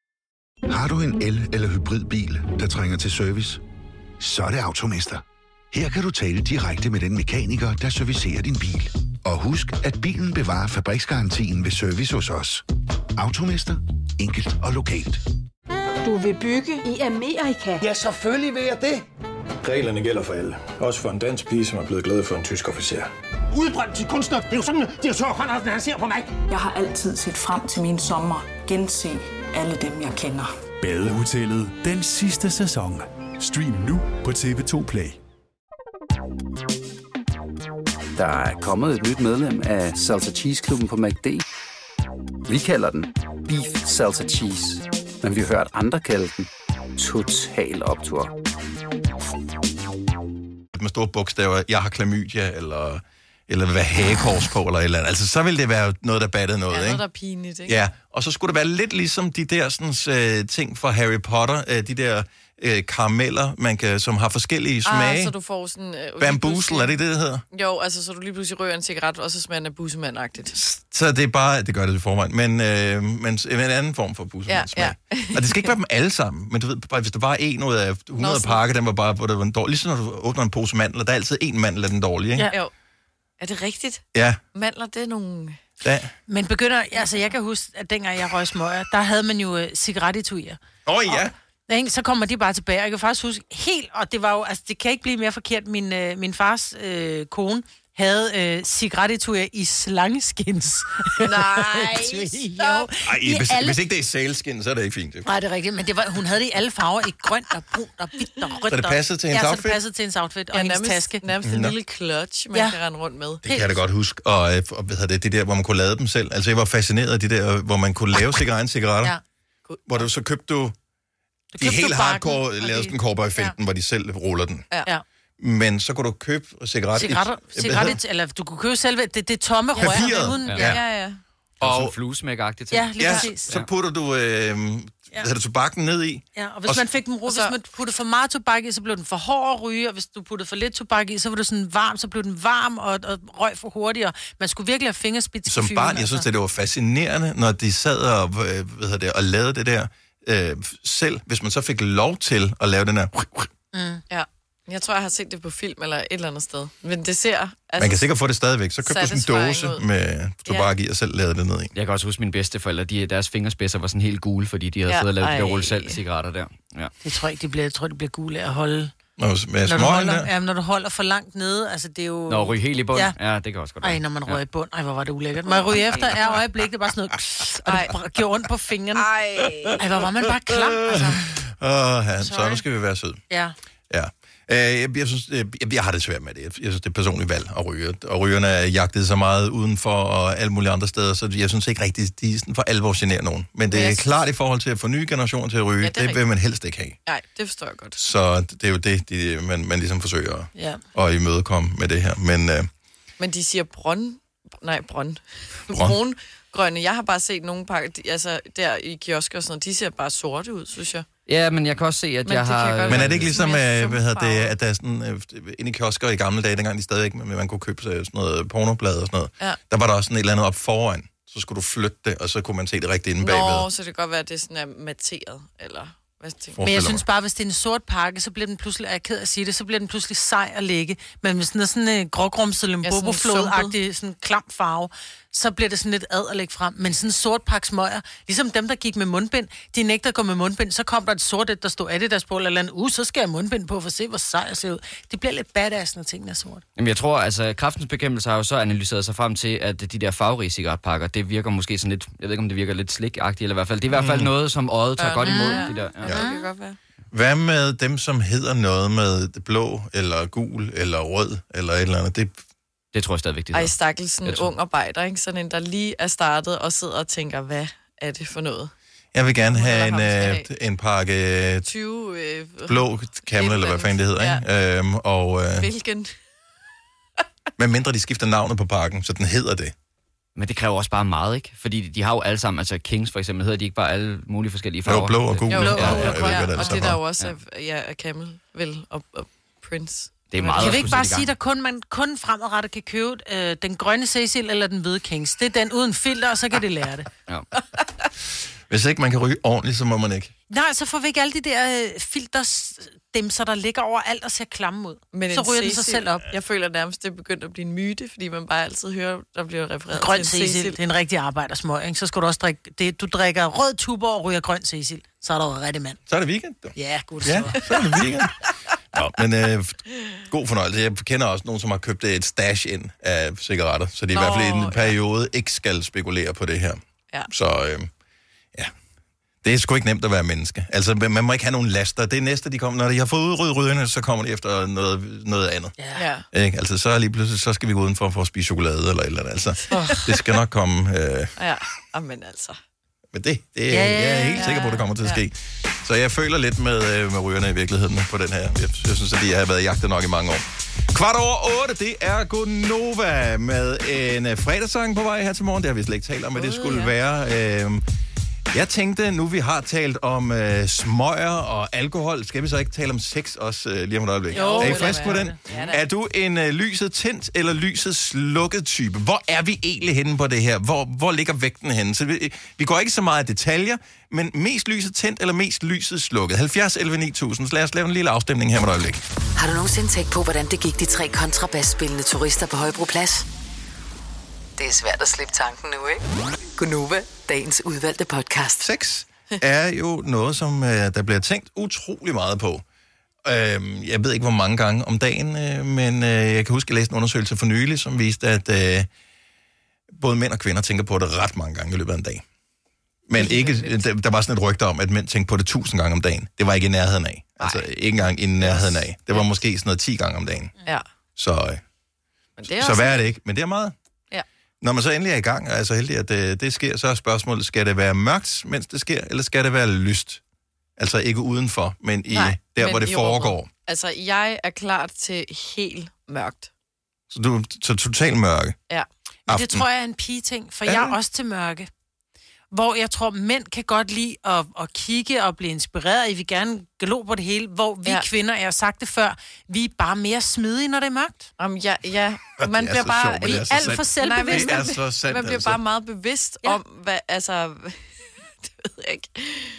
Har du en el- eller hybridbil, der trænger til service? Så er det Automester. Her kan du tale direkte med den mekaniker, der servicerer din bil. Og husk, at bilen bevarer fabriksgarantien ved service hos os. Automester. Enkelt og lokalt. Du vil bygge i Amerika? Ja, selvfølgelig vil jeg det. Reglerne gælder for alle. Også for en dansk pige, som er blevet glad for en tysk officer. Udbrændt til kunstner. Det er jo sådan, at de har tørt, han ser på mig. Jeg har altid set frem til min sommer. Gense alle dem, jeg kender. Badehotellet den sidste sæson. Stream nu på T V to Play. Der er kommet et nyt medlem af Salsa Cheese Klubben på McD. Vi kalder den Beef Salsa Cheese, men vi har hørt andre kalde den Total Optur. Med store bogstaver, jeg har klamydia, eller, eller vil være hagekors på, eller et eller andet. Altså, så vil det være noget, der battede noget, ja, ikke? noget, der er pinligt, ikke? Ja, og så skulle det være lidt ligesom de der sådan, øh, ting fra Harry Potter, øh, de der øh, karameller, man kan, som har forskellige smage. Ah, så du får sådan... Øh, Bamboozle, er det det, det hedder? Jo, altså, så du lige pludselig rører en cigaret, og så smager den af bussemand-agtigt. Så det er bare, det gør det i forvejen, men, øh, men en anden form for bussemandssmag. Ja, ja. Og det skal ikke være dem alle sammen, men du ved, bare, hvis der bare er en ud af hundrede pakker, den var bare, hvor det var en dårlig. Ligesom når du åbner en pose mandler, der er altid en mandel af den dårlige, ikke? Ja, jo. Er det rigtigt? Ja. Mandler, det er nogle... Ja. Men begynder, altså jeg kan huske, at dengang jeg røg smøger, der havde man jo uh, cigarettetuier. Åh oh, ja. Og, så kommer de bare tilbage. Jeg kan faktisk huske helt, og det var jo, altså det kan ikke blive mere forkert, min, uh, min fars uh, kone havde øh, cigarettetuer i slangeskins. Nej, Ej, hvis, alle... hvis ikke det er sælskin, så er det ikke fint. Nej, det er rigtigt, men det var, hun havde det i alle farver, i grønt og brunt og hvidt og rødt. Så det passede til hendes ja, outfit? Ja, så det passede til hendes outfit og ja, hendes nærmest, taske. Nærmest en lille clutch, man ja. kan rende rundt med. Det kan jeg da godt huske. Og, og hvad hedder det, det der, hvor man kunne lade dem selv. Altså, jeg var fascineret af de der, hvor man kunne lave sig egen cigaretter. Ja. Hvor du så købte du... du de helt hardcore lavede sådan en cowboy i felten, ja. hvor de selv ruller den. Ja. ja. Men så kunne du købe cigaretter... Cigaretter, cigaretter eller du kunne købe selve det, det tomme rør. Papiret. Ja, ja, ja. Og sådan fluesmæk-agtigt. Ja, lige ja, præcis. Så putter du øh, ja. det, tobakken ned i. Ja, og hvis og man fik dem ro, hvis man puttede for meget tobak i, så blev den for hård at ryge, og hvis du puttede for lidt tobak i, så var du sådan varm, så blev den varm og, og røg for hurtigere. Man skulle virkelig have fingerspids. Som barn, jeg synes, altså. det var fascinerende, når de sad og, hvad det, og lavede det der øh, selv. Hvis man så fik lov til at lave den her... Mm. Ja. Jeg tror, jeg har set det på film eller et eller andet sted. Men det ser... Altså, man kan sikkert få det stadigvæk. Så købte du sådan en dåse ud. med tobak i, og selv lavede det ned i. Jeg kan også huske mine bedsteforældre, de, deres fingerspidser var sådan helt gule, fordi de havde ja, siddet og lavet de der rulle selv cigaretter der. Ja. Det tror jeg ikke, de bliver, jeg tror, de bliver gule af at holde... Nå, med når, du holder, ja, når du holder for langt nede, altså det er jo... Når ryge helt i bund? Ja. ja, det kan også godt være. Ej, når man røger ja. i bund. Ej, hvor var det ulækkert. Når jeg ryger efter, er øjeblikket bare sådan noget... Og det giver ondt på fingrene. Ej. Ej, hvor var man bare klam, altså. Åh, oh, ja, så nu skal vi være sød. Ja. Ja. Jeg, jeg, synes, jeg, jeg har det svært med det. Jeg synes, det er et personligt valg at ryge. Og rygerne er jagtet så meget udenfor og alle mulige andre steder, så jeg synes ikke rigtigt, de for alvor generer nogen. Men det er yes. klart i forhold til at få nye generationer til at ryge, ja, det, det vil man helst ikke have. Nej, det forstår jeg godt. Så det er jo det, de, man, man ligesom forsøger ja. at imødekomme med det her. Men, uh... Men de siger brønd, nej, brøn. Brøn. Brungrønne. Jeg har bare set nogle pakker, de, altså der i kiosker og sådan noget, de ser bare sorte ud, synes jeg. Ja, men jeg kan også se, at Men jeg det kan har... godt Men er det ikke ligesom, øh, hvad hedder det, at der er sådan, øh, inde i kiosker i gamle dage, dengang de stadigvæk, man kunne købe sådan noget pornoblad og sådan noget, Ja. der var der også sådan et eller andet op foran, så skulle du flytte det, og så kunne man se det rigtigt inde bagved. Nå, så det kan godt være, at det sådan er materet, eller hvad tænker Men jeg synes bare, hvis det er en sort pakke, så bliver den pludselig, jeg er ked af at sige det, så bliver den pludselig sej at lægge. Men hvis den er sådan en grågrumset, Limbobo-flod-agtig, sådan en klam farve, så bliver det sådan lidt ad at lægge frem. Men sådan en sort pakke smøger, ligesom dem, der gik med mundbind, de nægter at gå med mundbind, så kom der et sort et, der stod Adidas på, eller andet, uh, så skal jeg mundbind på, for at se, hvor sej jeg ser ud. Det bliver lidt badass, når tingene er sort. Jamen jeg tror, altså Kræftens Bekæmpelse har jo så analyseret sig frem til, at de der farverige cigaretpakker, det virker måske sådan lidt, jeg ved ikke om det virker lidt slik-agtigt, eller i hvert fald, det er i hvert fald noget, som øjet tager godt imod. Ja, De der, ja. Det kan godt være. Hvad med dem, som hedder noget med det blå, eller gul, eller rød, eller et eller andet? Det, det tror jeg stadigvæk, det Ej, stakkels sådan en ung arbejder, ikke? Sådan en, der lige er startet og sidder og tænker, hvad er det for noget? jeg vil gerne have en, øh, en pakke tyve øh, blå Camel, eller hvad fanden det hedder, ja. Ikke? Øhm, og, øh, Hvilken? med mindre de skifter navnet på pakken, så den hedder det. Men det kræver også bare meget, ikke? Fordi de har jo alle sammen, altså Kings for eksempel, hedder de ikke bare alle mulige forskellige farver? Jo, blå og gul. Jo, blå og Ja, gul, ja, ja, ja, ja, det og det der jo også ja. er, ja, er Camel, vel, og, og Prince. Det er meget Jeg vil ikke bare sige, at kun, man kun fremadrettet kan købe øh, den grønne Cecil eller den hvide Kings. Det er den uden filter, og så kan de lære det. Ja. Hvis ikke man kan ryge ordentligt, så må man ikke. Nej, så får vi ikke alle de der øh, filters, dem så der ligger over alt og ser klamme ud. Men så ryger den sig selv op. Jeg føler nærmest, det er begyndt at blive en myte, fordi man bare altid hører, der bliver refereret Grøn til en Cecil, Cecil. det er en rigtig arbejdersmøg, ikke? Så skal du også drikke, det, du drikker rød tuber og ryger grøn Cecil. Så er der jo rigtig mand. Så er det weekend, du. Ja, gud Ja, så er det weekend. Nå, men øh, god fornøjelse. Jeg kender også nogen, som har købt et stash ind af cigaretter, så de i Nå, hvert fald i en periode ja. ikke skal spekulere på det her. Ja. Så øh, ja, det er sgu ikke nemt at være menneske. Altså, man må ikke have nogen laster. Det næste, de kommer, når de har fået udryddet rygerne, så kommer de efter noget, noget andet. Ja. Ikke? Altså, så lige pludselig, så skal vi gå udenfor for at spise chokolade eller et eller andet. Altså, det skal nok komme. Øh, Ja, amen altså. Men det, det Ja, ja, jeg er helt ja, sikker på, at det kommer til at ja. ske. Så jeg føler lidt med, øh, med rygerne i virkeligheden på den her. Jeg, jeg synes, at de har været jagtet nok i mange år. Kvart over otte, det er Gonova med en øh, fredagssang på vej her til morgen. Det har vi slet ikke talt om, men det skulle ja. være... Øh, jeg tænkte, nu vi har talt om øh, smøger og alkohol, skal vi så ikke tale om sex også øh, lige om et øjeblik? Jo, er I det frisk på være den? det. Ja, da. Er du en øh, lyset tændt eller lyset slukket type? Hvor er vi egentlig henne på det her? Hvor, hvor ligger vægten henne? Så vi, vi går ikke så meget i detaljer, men mest lyset tændt eller mest lyset slukket? halvfjerds elleve ni tusind. Så lad os lave en lille afstemning her med et øjeblik. Har du nogensinde tænkt på, hvordan det gik de tre kontrabasspillende turister på Højbroplads? Det er svært at slippe tanken nu, ikke? Gonova, dagens udvalgte podcast. Sex er jo noget, som øh, der bliver tænkt utrolig meget på. Øh, jeg ved ikke, hvor mange gange om dagen, øh, men øh, jeg kan huske, at jeg læste en undersøgelse for nylig, som viste, at øh, både mænd og kvinder tænker på det ret mange gange i løbet af en dag. Men ikke, der, der var sådan et rygte om, at mænd tænkte på det tusind gange om dagen. Det var ikke i nærheden af. Altså ikke engang i nærheden af. Det var måske sådan noget ti gange om dagen. Ja. Så, øh, Men det er så også... hvad er det ikke? Men det er meget. Ja. Når man så endelig er i gang, og er så heldig, at det, det sker, så er spørgsmålet, skal det være mørkt, mens det sker, eller skal det være lyst? Altså ikke udenfor, men i Nej, der, men hvor det i foregår. rummet. Altså, jeg er klar til helt mørkt. Så du så total mørke. Ja. Men det tror jeg er en pige-ting, for Er jeg er det? også til mørke. Hvor jeg tror, mænd kan godt lide at, at kigge og blive inspireret. I vil gerne glo på det hele. Hvor vi Ja. ja. kvinder, jeg har sagt det før, vi er bare mere smidige, når det er mørkt. Om ja, ja. Det Man er bliver så bare sjovt, men det er så alt sandt. for selvbevidst. Det er så sandt, Man bliver altså. bare meget bevidst ja. om, hvad, altså... det ved jeg ikke.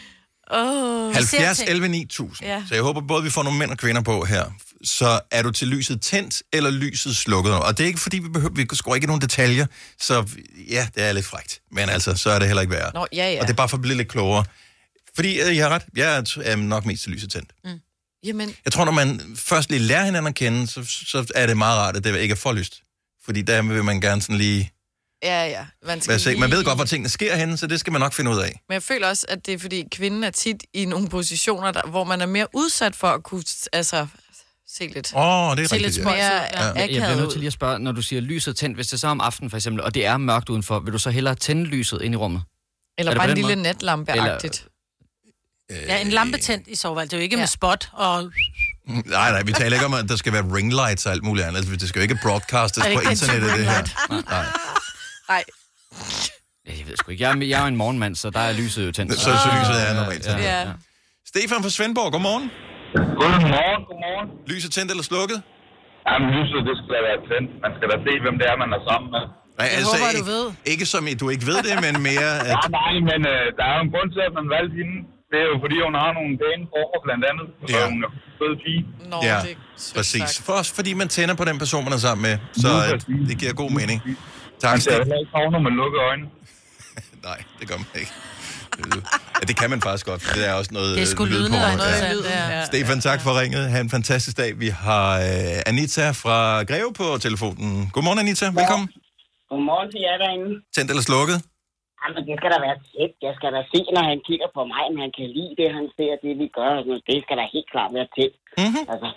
Oh. halvfjerds elleve ni tusind. Ja. Så jeg håber både, vi får nogle mænd og kvinder på her. Så er du til lyset tændt, eller lyset slukket? Og det er ikke, fordi vi behøver, vi går ikke i nogle detaljer. Så ja, det er lidt frækt. Men altså, så er det heller ikke værre. Nå, ja, ja. Og det er bare for at blive lidt klogere. Fordi øh, jeg har ret. Jeg er nok mest til lyset tændt. Mm. Jamen, Jeg tror, når man først lige lærer hinanden at kende, så, så er det meget rart, at det ikke er for lyst. Fordi der vil man gerne sådan lige... ja, ja. Man, skal Hvad se, lige... man ved godt, hvor tingene sker henne, så det skal man nok finde ud af. Men jeg føler også, at det er, fordi kvinden er tit i nogle positioner, der, hvor man er mere udsat for at kunne altså, se lidt... Åh, oh, det er se rigtigt, lidt ja. mere Ja. ja. Jeg, jeg bliver akavet nødt ud. til lige at spørge, når du siger lyset tændt, hvis det så er om aftenen for eksempel, og det er mørkt udenfor, vil du så hellere tænde lyset ind i rummet? Eller Er det bare på en den lille måde? natlampe-agtigt. Ja, en lampe tændt i soveværelset. Det er jo ikke ja. med spot og... Nej, nej, vi taler ikke om, at der skal være ringlights og alt muligt andet. Altså, det skal jo ikke broadcastes Er det på ikke den internettet, type det her. ringlight? Nej. Nej. Ja, jeg ved sgu ikke. Jeg er, jeg er en morgenmand, så der er lyset jo tændt. Så, så, så lyset er normalt tændt. Ja. Ja. Stefan fra Svendborg, godmorgen. Godmorgen, godmorgen. Lyset tændt eller slukket? Jamen, lyset, det skal da være tændt. Man skal da se, hvem det er, man er sammen med. Nej, Jeg altså, håber, ikke, du ved. ikke som i, du ikke ved det, men mere... At... Ja, nej, men øh, der er jo en grund til, at man valgte hende. Det er jo, fordi hun har nogle pæne forår, blandt andet. Ja. Og hun er fed pige. Nå, ja, det er præcis. For også fordi man tænder på den person, man er sammen med. Så øh, det giver god mening. Tak, man ser heller ikke tårer, når man lukker øjnene. Nej, det gør man ikke. Ja, det kan man faktisk godt, for det er også noget Det er sgu lyd lydende, på. der er noget Ja. lyd. Ja. Stefan, tak for ringet. Ha' en fantastisk dag. Vi har uh, Anita fra Greve på telefonen. Godmorgen, Anita. Velkommen. Godmorgen til jer derinde. Tændt eller slukket? Jamen, det skal da være tæt. Jeg skal da se, når han kigger på mig, om han kan lide det, han ser, det vi gør. Det skal da helt klart være tæt. Mm-hmm. Altså,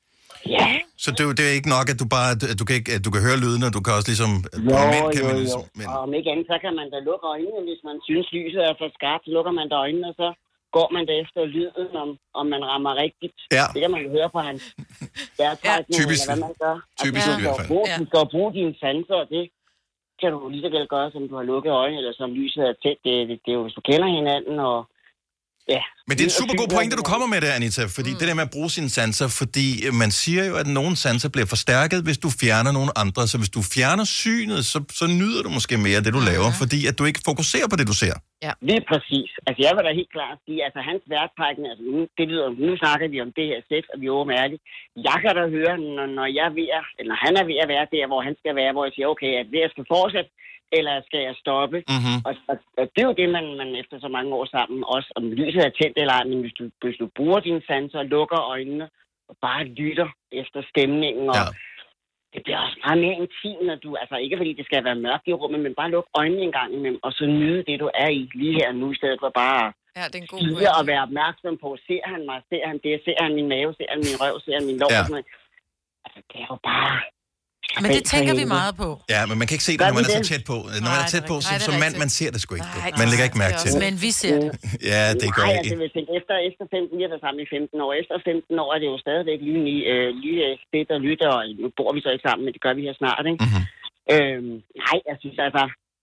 ja. Så det, det er ikke nok, at du bare at du kan, ikke, at du kan høre lyden, og du kan også ligesom... Jo, mænd kan jo, man jo. ligesom men... Og om ikke andet, så kan man da lukke øjnene, hvis man synes, lyset er for skarpt. Så lukker man da øjnene, og så går man da efter lyden, om, om man rammer rigtigt. Ja. Det kan man jo høre på hans bærtrækning, typisk. eller hvad man gør. Typisk altså, i hvert fald. Bruge, du skal jo bruge dine sanser, og det kan du lige så vel gøre, som du har lukket øjnene, eller som lyset er tæt. Det, det, det er jo, hvis du kender hinanden, og ja. Men det er en super god pointe, du kommer med det, Anita, fordi mm. det der med at bruge sine sanser, fordi man siger jo, at nogle sanser bliver forstærket, hvis du fjerner nogle andre. Så hvis du fjerner synet, så, så nyder du måske mere det, du mm. laver, fordi at du ikke fokuserer på det, du ser. Ja, lige præcis. Altså, jeg vil da helt klart sige, altså hans værtrækning, altså nu, det lyder, nu snakker vi om det her sex, og vi er åbne ærligt. Jeg kan da høre, når, når jeg er ved at, eller han er ved at være der, hvor han skal være, hvor jeg siger, okay, at det jeg skal fortsætte, eller skal jeg stoppe? Mm-hmm. Og, og, og det er jo det, man, man efter så mange år sammen, også om lyset er tændt eller ej, men hvis du, hvis du bruger dine sanser og lukker øjnene, og bare lytter efter stemningen, og ja. Det bliver også meget mere intimt, når du, altså ikke fordi det skal være mørkt i rummet, men bare lukke øjnene en gang imellem, og så nyde det, du er i lige her nu, i stedet for bare ja, det er en god stige og være opmærksom på, ser han mig, ser han det, ser han min mave, ser han min røv, ser han min lår, ja. Altså det er jo bare... Men det tænker vi meget på. Ja, men man kan ikke se det, når man er så tæt på. Når man er tæt på, som, som mand, man ser det sgu ikke. Nej, man lægger ikke mærke til det. Men vi ser det. Ja, det gør jeg ikke. Altså, hvis efter, efter femten, vi har været sammen i femten år. Efter femten år er det jo stadigvæk lige, øh, lige fedt og lytte, og nu bor vi så ikke sammen, men det gør vi her snart, ikke? Mm-hmm. Øhm, nej, jeg synes altså,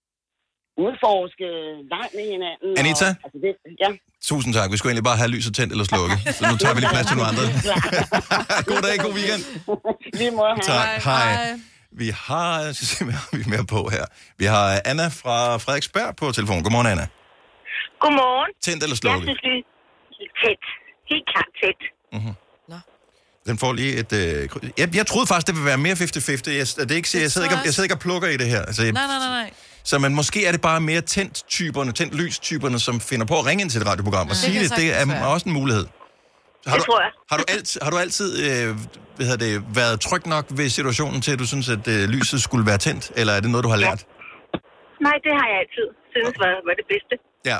udforske langt med hinanden. Anita? Og, altså det, ja. Tusind tak. Vi skulle egentlig bare have lyset tændt eller slukket. Så nu tager vi lige plads til nogle andre. God dag, god weekend. Lige måde. Tak. Hej. Hej. Vi har, jeg skal se, hvad har vi mere på her. Vi har Anna fra Frederiksberg på telefonen. Godmorgen, Anna. Godmorgen. Tændt eller slukket? Jeg synes, det er tæt. Helt klart tæt. Mm-hmm. Den får lige et... Øh, jeg, jeg troede faktisk, det ville være mere halvtreds halvtreds. Jeg, det er ikke, jeg, sidder ikke, jeg sidder ikke og plukker i det her. Altså, jeg, nej, nej, nej, nej. Så men måske er det bare mere tændt-typerne, tændt-lys-typerne, som finder på at ringe ind til et radioprogram og Ja. sige Det det. kan Det er sagtens være. også en mulighed. Har Det du, tror jeg. Har du altid, har du altid øh, hvad hedder det, været tryg nok ved situationen til, at du synes, at øh, lyset skulle være tændt? Eller er det noget, du har lært? Nej, det har jeg altid synes var, var det bedste. Ja.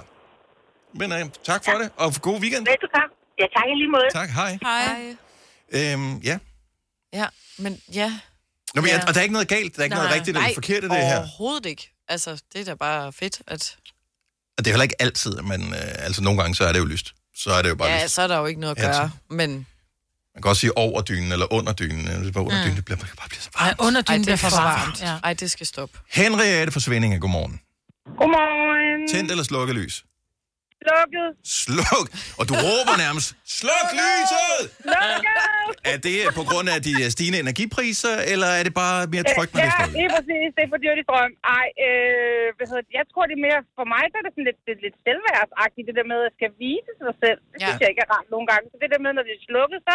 Men øh, tak for ja. det, og god weekend. Velbekomme. Ja, tak i lige måde. Tak, hej. Hej. Øhm, ja. Ja, men ja. Nå, men, ja. Og der er ikke noget galt, der er ikke nej, noget rigtigt eller forkert i det her. Overhovedet ikke. Altså, det er da bare fedt, at... Og det er heller ikke altid, men øh, altså nogle gange, så er det jo lyst. Så er det jo bare Ja, lyst. så er der jo ikke noget at gøre, men... Man kan også sige over dynen, eller under dynen. Eller bare under Mm. dynen, det bliver, man kan bare blive så varmt. Ej, under dynen Ej, bliver det er for for varmt. varmt. Ja. Ej, det skal stoppe. Henriette fra Svindinge, godmorgen. Godmorgen. Tændt eller slukket lys? Slukket. Sluk! Og du råber nærmest, sluk lyset! Slukket! Er det på grund af de stigende energipriser, eller er det bare mere trygt, når det er Ja, slukket? lige præcis. Det er for dyrt i strøm. Ej, øh, hvad hedder det? Jeg tror, det er mere... For mig så er det sådan lidt, lidt, lidt selvværdsagtigt, det der med, at jeg skal vise sig selv. Det Ja. synes jeg ikke er rart nogle gange. Så det der med, når det er slukket, så,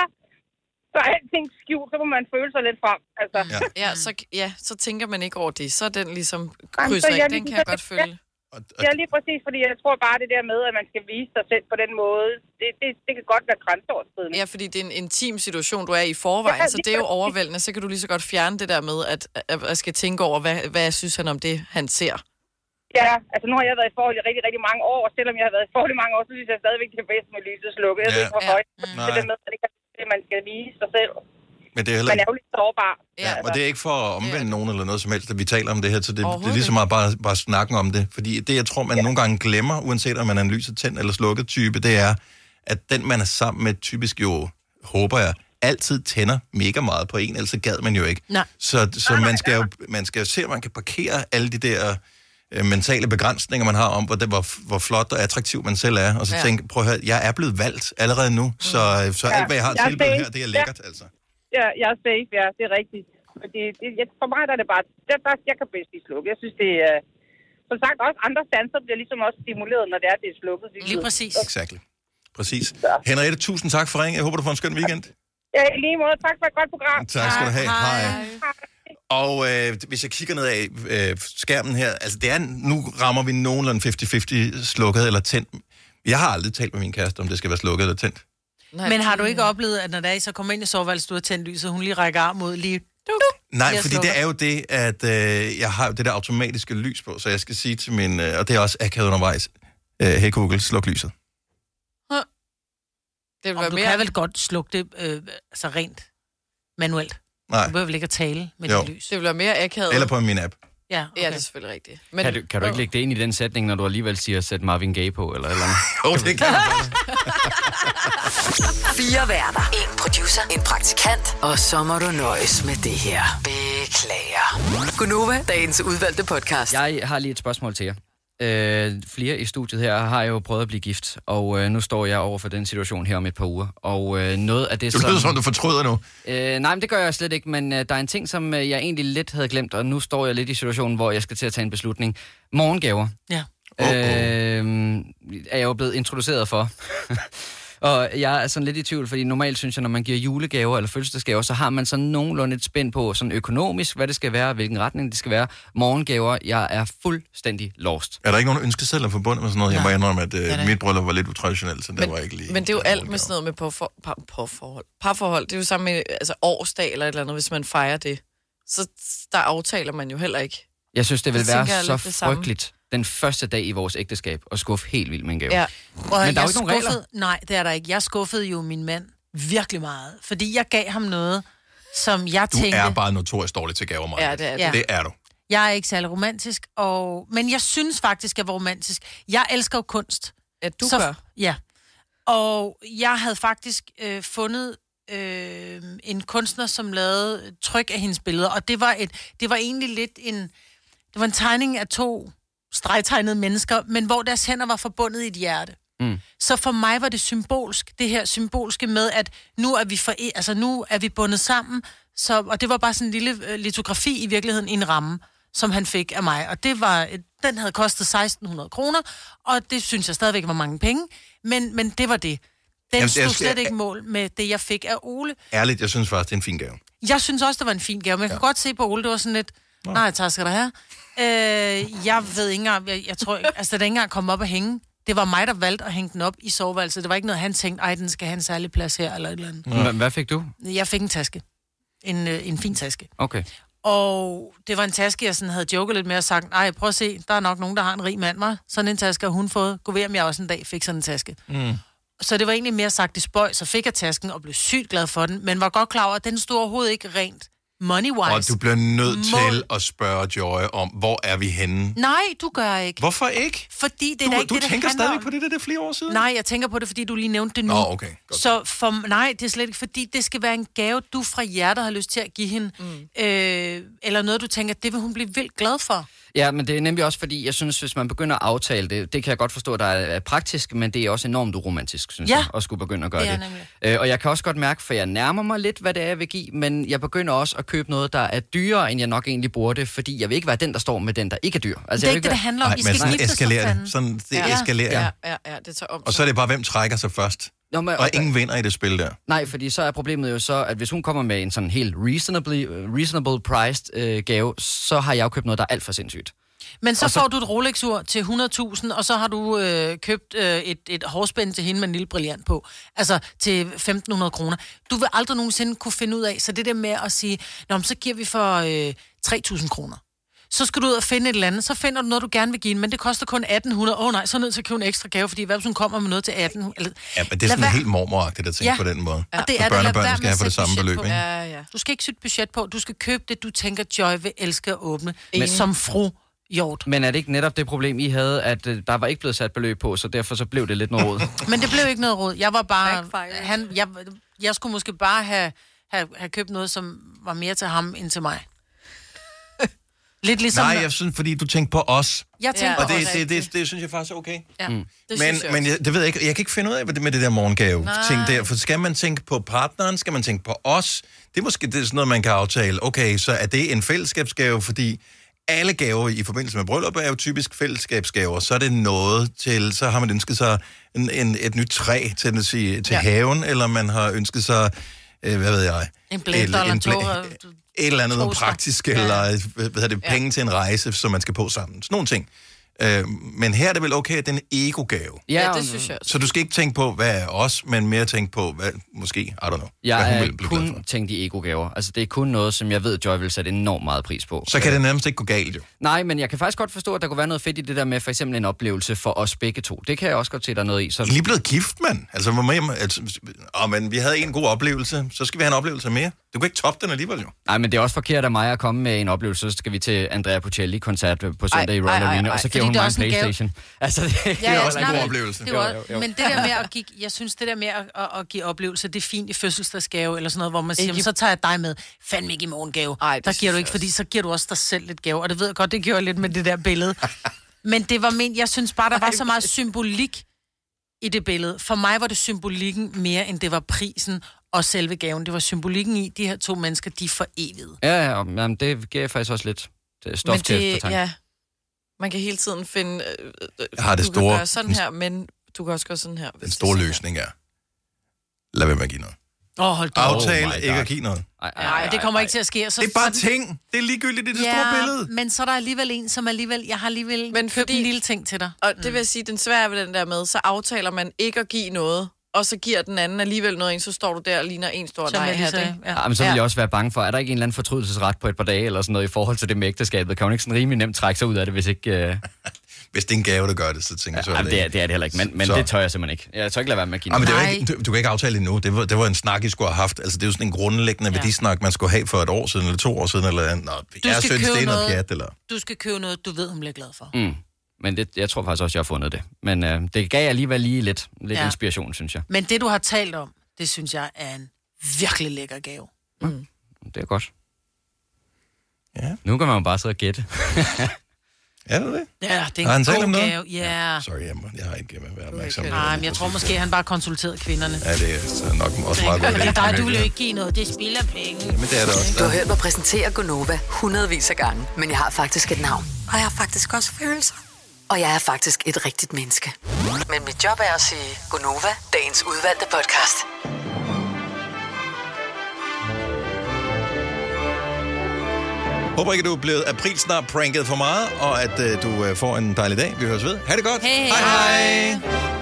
så er alting skjult. Så må man føle sig lidt frem. Altså. Ja, ja, så, ja, så tænker man ikke over det. Så er den ligesom Jamen, krydser så ikke. jeg Den ligesom kan jeg så- godt følge. Ja, lige præcis, fordi jeg tror bare det der med, at man skal vise sig selv på den måde, det, det, det kan godt være grænseoverskridende. Ja, fordi det er en intim situation, du er i forvejen, Ja, så lige det er jo præcis. overvældende. Så kan du lige så godt fjerne det der med, at at jeg skal tænke over, hvad, hvad synes han om det, han ser. Ja, altså nu har jeg været i forhold i rigtig, rigtig mange år, og selvom jeg har været i forhold i mange år, så synes jeg stadigvæk, det er bedst med lyset slukket. Jeg Ja. ved ikke, hvor højt. Nej. Det der med, at det kan det, man skal vise sig selv. Men det er heller Man er ikke... jo lidt sårbar. Ja, og det er ikke for at omvende nogen eller noget som helst, at vi taler om det her, så det, det er Overhovedet lige så meget bare, bare snakken om det. Fordi det, jeg tror, man ja. nogle gange glemmer, uanset om man er en lyset tændt eller slukket type, det er, at den, man er sammen med, typisk jo, håber jeg, altid tænder mega meget på en, ellers så gad man jo ikke. Nej. Så, så man, skal jo, man skal jo se, at man kan parkere alle de der øh, mentale begrænsninger, man har om, hvor, det, hvor, hvor flot og attraktiv man selv er, og så ja. tænke, prøv at høre, jeg er blevet valgt allerede nu, så, så ja, alt, hvad jeg har tilbudt her, det er lækkert, ja. altså. Ja, jeg er safe, ja, det er rigtigt. Det, det, for mig der er det bare, det, der, jeg kan bedst blive slukket. Jeg synes, det er, som sagt, også andre sanser bliver ligesom også stimuleret, når det er, det er slukket. Lige præcis. Exakt. Præcis. Henriette, tusind tak for ringen. Jeg håber, du får en skøn weekend. Ja, i lige måde. Tak for et godt program. Tak skal du have. Hej. Hej. Og øh, hvis jeg kigger ned af øh, skærmen her, altså det er, nu rammer vi nogenlunde halvtreds halvtreds slukket eller tændt. Jeg har aldrig talt med min kæreste, om det skal være slukket eller tændt. Nej, men har du ikke oplevet, at når der er, så kommer ind i soveværelset, du har tændt lyset, hun lige rækker arm ud lige... Du, Nej, fordi det er jo det, at øh, jeg har det der automatiske lys på, så jeg skal sige til min... Øh, og det er også akavet undervejs. Øh, hey Google, sluk lyset. Huh. Det vil være du mere... kan vel godt slukke det øh, altså rent manuelt. Nej. Du behøver vel ikke at tale med jo. dit lys. Det vil være mere akavet. Eller på min app. Ja, okay. Ja, det er selvfølgelig rigtigt. Men... Kan, du, kan du ikke lægge det ind i den sætning, når du alligevel siger, sæt Marvin Gaye på, eller eller andet? Jo, det kan jeg. Fire værter. En producer. En praktikant. Og så må du nøjes med det her. Beklager. Gunova, dagens udvalgte podcast. Jeg har lige et spørgsmål til jer. Øh, flere i studiet her har jo prøvet at blive gift, og øh, nu står jeg over for den situation her om et par uger. Og øh, noget af det, du som... lyder som, du fortryder nu. Øh, nej, men det gør jeg slet ikke, men øh, der er en ting, som øh, jeg egentlig lidt havde glemt, og nu står jeg lidt i situationen, hvor jeg skal til at tage en beslutning. Morgengaver. Ja. Øh, er jeg jo blevet introduceret for. Og jeg er sådan lidt i tvivl, fordi normalt synes jeg, når man giver julegaver eller fødselsdagsgaver, så har man sådan nogenlunde et spænd på, sådan økonomisk, hvad det skal være, hvilken retning det skal være. Morgengaver, jeg er fuldstændig lost. Er der ikke nogen ønskesedler forbundet med sådan noget? Nej. Jeg må indrømme, at øh, mit bryllup var lidt utraditionelt, så men, der var ikke lige... Men det er jo alt med sådan noget med påfor, par, parforhold. Parforhold, det er jo samme med altså, årsdag eller et eller andet, hvis man fejrer det. Så der aftaler man jo heller ikke. Jeg synes, det vil det være så frygteligt den første dag i vores ægteskab og skuffe helt vildt med en gave. Ja. Og men der er jo ikke ikke nogen regler. Nej, det er der ikke. Jeg skuffede jo min mand virkelig meget, fordi jeg gav ham noget, som jeg du tænkte... Du er bare notorisk dårlig til gaver, Maja. Ja, det er det. Ja. Det er du. Jeg er ikke særlig romantisk, og... men jeg synes faktisk, at jeg var romantisk. Jeg elsker jo kunst. At du så... gør? Ja. Og jeg havde faktisk øh, fundet øh, en kunstner, som lavede tryk af hendes billeder, og det var, et, det var egentlig lidt en... Det var en tegning af to stregtegnede mennesker, men hvor deres hænder var forbundet i et hjerte. Mm. Så for mig var det symbolsk, det her symbolske med, at nu er vi, for, altså nu er vi bundet sammen, så, og det var bare sådan en lille uh, litografi i virkeligheden i en ramme, som han fik af mig. Og det var, den havde kostet seksten hundrede kroner, og det synes jeg stadigvæk var mange penge, men, men det var det. Den Jamen, stod jeg, slet ikke mål med det, jeg fik af Ole. Ærligt, jeg synes faktisk, det er en fin gave. Jeg synes også, det var en fin gave, men jeg ja. kan godt se på Ole, det var sådan lidt, Nå. nej, tak skal du have. Øh, jeg ved ikke engang, jeg, jeg tror, altså, da ikke engang kom op og hænge. Det var mig, der valgte at hænge den op i soveværelset. Det var ikke noget, han tænkte, ej, den skal have en særlig plads her, eller et eller andet. Ja. Hvad fik du? Jeg fik en taske. En, øh, en fin taske. Okay. Og det var en taske, jeg sådan havde joket lidt med og sagt, nej, prøv at se, der er nok nogen, der har en rig mand, mig. Sådan en taske har hun fået. Gå ved, om jeg også en dag fik sådan en taske. Mm. Så det var egentlig mere sagt i spøj, så fik jeg tasken og blev sygt glad for den, men var godt klar over, at den stod overhovedet ikke rent. Money-wise. Og du bliver nødt Må... til at spørge Joy om, hvor er vi henne? Nej, du gør ikke. Hvorfor ikke? Fordi det er du, da ikke du det, det tænker stadig om. på det, der er flere år siden? Nej, jeg tænker på det, fordi du lige nævnte det nu. Nå, okay. Godt. Så for, nej, det er slet ikke, fordi det skal være en gave, du fra hjertet har lyst til at give hende. Mm. Øh, eller noget, du tænker, det vil hun blive vildt glad for. Ja, men det er nemlig også fordi, jeg synes, hvis man begynder at aftale det, det kan jeg godt forstå, at der er praktisk, men det er også enormt uromantisk, synes ja. jeg, at skulle begynde at gøre det. det. Øh, og jeg kan også godt mærke, for jeg nærmer mig lidt, hvad det er, jeg vil give, men jeg begynder også at købe noget, der er dyrere, end jeg nok egentlig burde, fordi jeg vil ikke være den, der står med den, der ikke er dyr. Altså, det er jeg ikke det, være... det handler om. Ej, men sådan eskalerer det. Sådan, det ja. eskalerer. Ja, ja, ja, det tager om. Og så er det bare, hvem trækker sig først. Nå, men, og ingen vinder i det spil der. Nej, fordi så er problemet jo så, at hvis hun kommer med en sådan helt reasonably, reasonable priced øh, gave, så har jeg jo købt noget, der er alt for sindssygt. Men så, så får du et Rolex-ur til hundrede tusind, og så har du øh, købt øh, et, et hårspænde til hende med en lille brillant på. Altså til femten hundrede kroner. Du vil aldrig nogensinde kunne finde ud af, så det der med at sige, nå, så giver vi for øh, tre tusind kroner. Så skal du ud og finde et eller andet, så finder du noget, du gerne vil give hende, men det koster kun atten hundrede. Åh oh, nej, så er nødt til at købe en ekstra gave, fordi hvad hvis hun kommer med noget til atten hundrede? Ja, men det er sådan være... helt mormoragtigt at tænke ja. på den måde. Ja. Og det er og børnebørn skal have for det samme beløb, ikke? Ja, ja. Du skal ikke sætte budget på, du skal købe det, du tænker, Joy vil elske at åbne, men som fru Hjort. Men er det ikke netop det problem, I havde, at øh, der var ikke blevet sat beløb på, så derfor så blev det lidt noget råd? Men det blev ikke noget råd. Jeg var bare... Han, jeg, Jeg skulle måske bare have, have, have købt noget, som var mere til ham end til mig. Lidt ligesom... Nej, jeg synes, fordi du tænkte på os. Jeg tænkte ja. på Og det, os. Det, det, det, det synes jeg faktisk er okay. Ja, mm. det men jeg men jeg, det ved jeg ikke. Jeg kan ikke finde ud af det med det der morgengave-ting der. For skal man tænke på partneren? Skal man tænke på os? Det er måske det er sådan noget, man kan aftale. Okay, så er det en fællesskabsgave, fordi alle gaver i forbindelse med bryllup er jo typisk fællesskabsgaver. Så er det noget til, så har man ønsket sig en, en, et nyt træ til, til ja. haven, eller man har ønsket sig, øh, hvad ved jeg... En blænder eller en tog. Et eller andet noget praktisk, ja. eller hvad hedder det, penge ja. til en rejse, som man skal på sammen. Sådan nogle ting. Øh, men her er det vel okay, at det er en ego-gave. Ja, det synes jeg. Så du skal ikke tænke på, hvad er os, men mere tænke på, hvad måske, I don't know. Jeg er kun tænkt i ego-gaver. Altså, det er kun noget, som jeg ved, Joy vil sætte enormt meget pris på. Så kan det nærmest ikke gå galt, jo. Nej, men jeg kan faktisk godt forstå, at der kunne være noget fedt i det der med for eksempel en oplevelse for os begge to. Det kan jeg også godt se, der er noget i. Så... I er lige blevet gift, mand. Altså, med, altså, åh, men vi havde en god oplevelse, så skal vi have en oplevelse mere. Du kan ikke toppe den alligevel, jo. Nej, men det er også forkert af mig at komme med en oplevelse. Så skal vi til Andrea Bocelli-koncert på søndag i Royal Arena, og så giver hun mig en PlayStation. Altså, det, ja, ja, det er også en god oplevelse. Det var, jo, jo, jo. Men det der med at give, jeg synes, det der med at, at, at give oplevelse, det er fint i fødselsdagsgave, eller sådan noget, hvor man siger, så tager jeg dig med. Fandme ikke i morgengave. Ej, der giver du ikke, fordi så giver du også dig selv lidt gave. Og det ved jeg godt, det gjorde lidt med det der billede. Men det var men, jeg synes bare, der var så meget symbolik i det billede. For mig var det symbolikken mere, end det var prisen og selve gaven. Det var symbolikken i, de her to mennesker, de er for evigt. Ja, ja, jamen, det gav faktisk også lidt stof men til det, eftertanke. Ja, man kan hele tiden finde... Øh, jeg har det du store, kan gøre sådan her, men du kan også gøre sådan her. Den store løsning er, lad være med at give noget. Oh, hold da. Aftale Oh ikke at give noget. Nej, det kommer ikke til at ske. Så, det er bare ting. Det er ligegyldigt i det ja, store billede. Men så er der alligevel en, som alligevel... Jeg har alligevel men købt fordi, en lille ting til dig. Og det vil sige, den svære ved den der med, så aftaler man ikke at give noget, og så giver den anden alligevel noget, så står du der og ligner en stor nej her. Ja. Ja, men så vil jeg også være bange for, er der ikke en eller anden fortrydelsesret på et par dage, eller sådan noget i forhold til det med ægteskabet? Kan man ikke sådan rimelig nemt trække sig ud af det, hvis ikke... Uh... Hvis det er en gave, der gør det, så tænker jeg så... Ja, det, er, det er det heller ikke, men, men det tør jeg simpelthen ikke. Jeg tør ikke lade være med at give ja, men det var ikke, du, du kan ikke aftale endnu. Det var, det var en snak, I skulle have haft. Altså, det er jo sådan en grundlæggende ja. værdisnak, man skulle have for et år siden, eller to år siden, eller... Nå, jeg synes, det er noget pjat, eller... Du skal købe noget, du ved, hun bliver glad for. Mm. Men det, jeg tror faktisk også, jeg har fundet det. Men øh, det gav alligevel lige lidt, lidt ja. inspiration, synes jeg. Men det, du har talt om, det synes jeg er en virkelig lækker gave. Mm. Det er godt. Ja. Nu kan man jo bare sidde og gætte. Ja, Er det det? det er en han god gave. Ja. ja. Sorry, jeg, må, jeg har ikke været opmærksom. Nej, men jeg tror måske, han bare konsulterede kvinderne. Ja, det er så nok også meget godt. Det er dig, du vil jo ikke give noget. Det spiller penge. Jamen, det er det også. Du har hørt mig præsentere Gonova hundredvis af gange, men jeg har faktisk et navn. Og jeg har faktisk også følelser. Og jeg er faktisk et rigtigt menneske. Men mit job er at sige Gonova, dagens udvalgte podcast. Håber ikke, at du er blevet aprilsnart pranket for meget, og at uh, du uh, får en dejlig dag. Vi høres ved. Ha' det godt. Hey, hej, hej. hej.